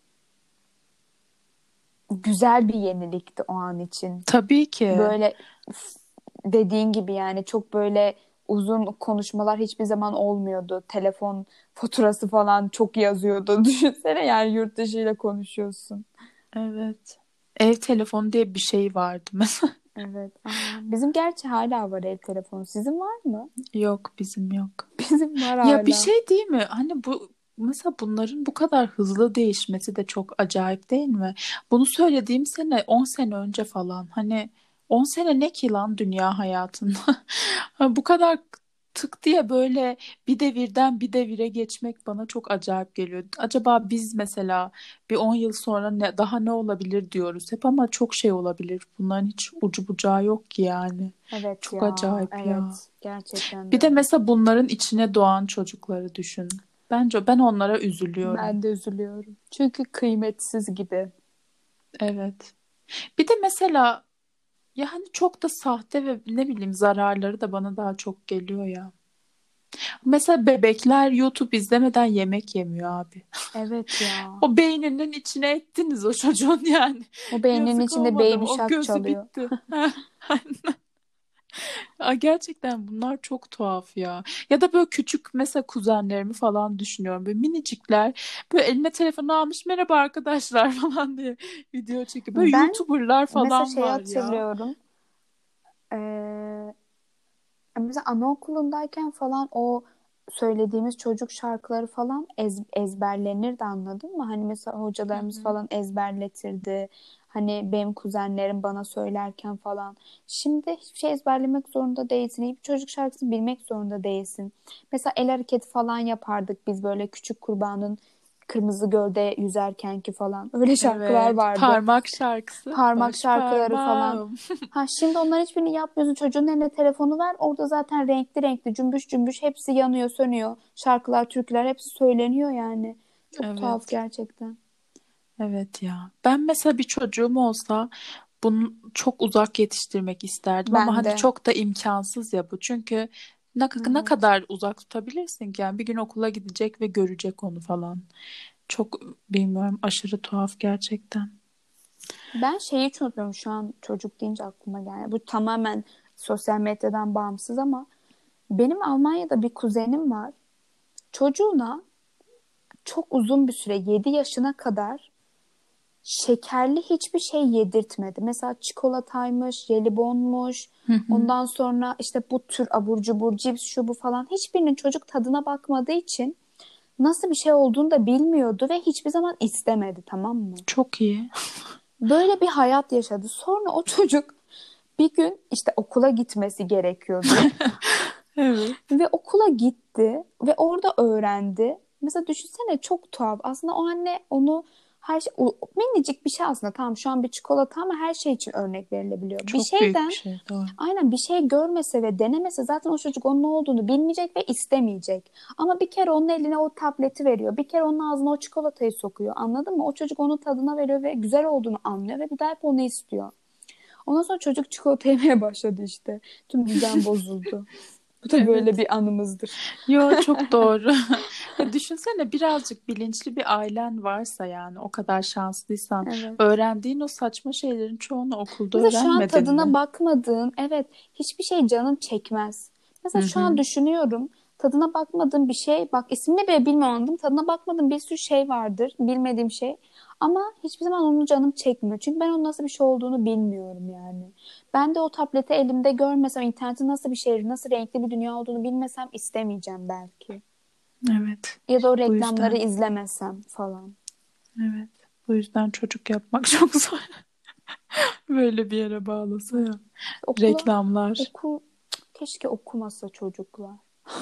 Speaker 1: güzel bir yenilikti o an için.
Speaker 2: Tabii ki.
Speaker 1: Böyle dediğin gibi, yani çok böyle uzun konuşmalar hiçbir zaman olmuyordu. Telefon faturası falan çok yazıyordu. Düşünsene, yani yurt dışı ile konuşuyorsun.
Speaker 2: Evet. Ev telefonu diye bir şey vardı mesela.
Speaker 1: Evet. Aa, bizim gerçi hala var ev telefonu. Sizin var mı?
Speaker 2: Yok bizim yok.
Speaker 1: Bizim var
Speaker 2: Ya bir
Speaker 1: hala.
Speaker 2: şey değil mi? Hani bu mesela bunların bu kadar hızlı değişmesi de çok acayip değil mi? Bunu söylediğim sene 10 sene önce falan. Hani 10 sene ne ki lan dünya hayatında? Ha, bu kadar tık diye böyle bir devirden bir devire geçmek bana çok acayip geliyor. Acaba biz mesela bir 10 yıl sonra daha ne olabilir diyoruz hep ama çok şey olabilir. Bunların hiç ucu bucağı yok ki yani.
Speaker 1: Evet
Speaker 2: Çok
Speaker 1: ya,
Speaker 2: acayip ya.
Speaker 1: evet. Gerçekten de
Speaker 2: Bir de
Speaker 1: öyle.
Speaker 2: mesela bunların içine doğan çocukları düşün. Bence ben onlara üzülüyorum.
Speaker 1: Ben de üzülüyorum. Çünkü kıymetsiz gibi.
Speaker 2: Evet. Bir de mesela ya hani çok da sahte ve ne bileyim zararları da bana daha çok geliyor ya. Mesela bebekler YouTube izlemeden yemek yemiyor abi.
Speaker 1: Evet ya.
Speaker 2: O beyninin içine ettiniz o çocuğun yani.
Speaker 1: O beyninin
Speaker 2: Yazık
Speaker 1: içinde
Speaker 2: olmadı
Speaker 1: Baby
Speaker 2: mı? O
Speaker 1: Shark
Speaker 2: gözü
Speaker 1: çalıyor.
Speaker 2: bitti. Aa, gerçekten bunlar çok tuhaf ya. Ya da böyle küçük mesela kuzenlerimi falan düşünüyorum. Böyle minicikler böyle eline telefonu almış merhaba arkadaşlar falan diye video çekiyor. Böyle
Speaker 1: Ben
Speaker 2: YouTuber'lar
Speaker 1: mesela
Speaker 2: falan
Speaker 1: şeyi
Speaker 2: var ya.
Speaker 1: hatırlıyorum. Mesela anaokulundayken falan o söylediğimiz çocuk şarkıları falan ezberlenirdi, anladın mı? Hani mesela
Speaker 2: Hı
Speaker 1: hocalarımız
Speaker 2: hı.
Speaker 1: falan ezberletirdi. Hani benim kuzenlerim bana söylerken falan. Şimdi hiçbir şey ezberlemek zorunda değilsin. Hiçbir çocuk şarkısını bilmek zorunda değilsin. Mesela el hareketi falan yapardık biz, böyle küçük kurbanın Kırmızı Göl'de yüzerkenki falan. Öyle şarkılar
Speaker 2: Evet.
Speaker 1: vardı.
Speaker 2: Parmak şarkısı.
Speaker 1: Parmak
Speaker 2: Baş
Speaker 1: şarkıları falan.
Speaker 2: parmağım.
Speaker 1: Ha, şimdi onların hiçbirini yapmıyorsun. Çocuğun eline telefonu ver. Orada zaten renkli renkli cümbüş cümbüş hepsi yanıyor sönüyor. Şarkılar, türküler hepsi söyleniyor yani. Çok tuhaf
Speaker 2: Evet.
Speaker 1: gerçekten.
Speaker 2: Evet ya. Ben mesela bir çocuğum olsa bunu çok uzak yetiştirmek isterdim ama
Speaker 1: Ben
Speaker 2: hani
Speaker 1: de.
Speaker 2: çok da imkansız ya bu. Çünkü ne
Speaker 1: Evet.
Speaker 2: kadar uzak tutabilirsin ki? Yani bir gün okula gidecek ve görecek onu falan. Çok bilmiyorum, aşırı tuhaf gerçekten.
Speaker 1: Ben şeyi çözüyorum şu an, çocuk deyince aklıma geldi. Bu tamamen sosyal medyadan bağımsız ama benim Almanya'da bir kuzenim var. Çocuğuna çok uzun bir süre, 7 yaşına kadar şekerli hiçbir şey yedirtmedi. Mesela çikolataymış, jelibonmuş,
Speaker 2: Hı hı.
Speaker 1: ondan sonra işte bu tür abur cubur, cips, şu bu falan, hiçbirinin çocuk tadına bakmadığı için nasıl bir şey olduğunu da bilmiyordu ve hiçbir zaman istemedi, tamam mı?
Speaker 2: Çok iyi.
Speaker 1: Böyle bir hayat yaşadı. Sonra o çocuk bir gün işte okula gitmesi gerekiyordu.
Speaker 2: Evet.
Speaker 1: Ve okula gitti ve orada öğrendi. Mesela düşünsene, çok tuhaf. Aslında o anne onu her şey, minicik bir şey aslında, tamam şu an bir çikolata ama her şey için örnek verilebiliyor. Bir
Speaker 2: Çok büyük bir
Speaker 1: şeyden,
Speaker 2: şey. Doğru.
Speaker 1: aynen, bir şey görmese ve denemese zaten o çocuk onun ne olduğunu bilmeyecek ve istemeyecek. Ama bir kere onun eline o tableti veriyor. Bir kere onun ağzına o çikolatayı sokuyor. Anladın mı? O çocuk onun tadına veriyor ve güzel olduğunu anlıyor ve bir daha hep onu istiyor. Ondan sonra çocuk çikolata yemeye başladı işte. Tüm düzen bozuldu. Bu da böyle
Speaker 2: Evet.
Speaker 1: bir anımızdır.
Speaker 2: Yo, çok doğru. Ya düşünsene, birazcık bilinçli bir ailen varsa, yani o kadar şanslıysan,
Speaker 1: Evet.
Speaker 2: öğrendiğin o saçma şeylerin çoğunu okulda
Speaker 1: Mesela şu an
Speaker 2: öğrenmedin
Speaker 1: tadına
Speaker 2: mi?
Speaker 1: bakmadığın, evet, hiçbir şey canın çekmez.
Speaker 2: Hı
Speaker 1: Mesela şu an
Speaker 2: hı.
Speaker 1: düşünüyorum, tadına bakmadığım bir şey, bak ismini bile bilmiyorum, tadına bakmadığım bir sürü şey vardır, bilmediğim şey. Ama hiçbir zaman onu canım çekmiyor. Çünkü ben onun nasıl bir şey olduğunu bilmiyorum yani. Ben de o tableti elimde görmesem, internetin nasıl bir şey, nasıl renkli bir dünya olduğunu bilmesem istemeyeceğim belki.
Speaker 2: Evet.
Speaker 1: Ya da o
Speaker 2: Bu
Speaker 1: reklamları
Speaker 2: yüzden,
Speaker 1: izlemesem falan.
Speaker 2: evet. Bu yüzden çocuk yapmak çok zor. Böyle bir yere bağlasa
Speaker 1: Evet.
Speaker 2: ya.
Speaker 1: Okula,
Speaker 2: Reklamlar.
Speaker 1: okul, keşke okumasa çocuklar.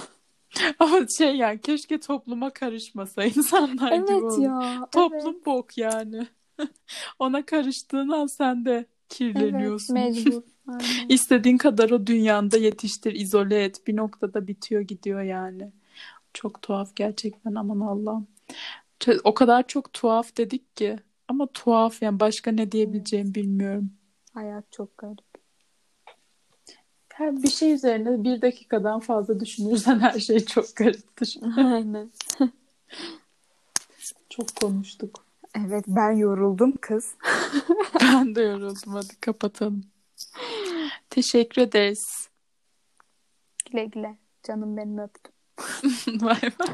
Speaker 2: Ama şey, yani keşke topluma karışmasa insanlar gibi
Speaker 1: Evet
Speaker 2: olur.
Speaker 1: ya, evet.
Speaker 2: Toplum bok yani. Ona karıştığın an sen de
Speaker 1: Evet,
Speaker 2: kirleniyorsun.
Speaker 1: mecbur. Aynen.
Speaker 2: İstediğin kadar o dünyanda yetiştir, izole et. Bir noktada bitiyor gidiyor yani. Çok tuhaf gerçekten, aman Allah'ım. O kadar çok tuhaf dedik ki. Ama tuhaf, yani başka ne
Speaker 1: Evet.
Speaker 2: diyebileceğimi bilmiyorum.
Speaker 1: Hayat çok garip.
Speaker 2: Her bir şey üzerine bir dakikadan fazla düşünürsen her şey çok gariptir.
Speaker 1: Aynen.
Speaker 2: Çok konuştuk.
Speaker 1: Evet, ben yoruldum kız.
Speaker 2: Ben de yoruldum. Hadi kapatalım. Teşekkür ederiz.
Speaker 1: Güle güle. Canım benim, öptüm.
Speaker 2: Bay bay.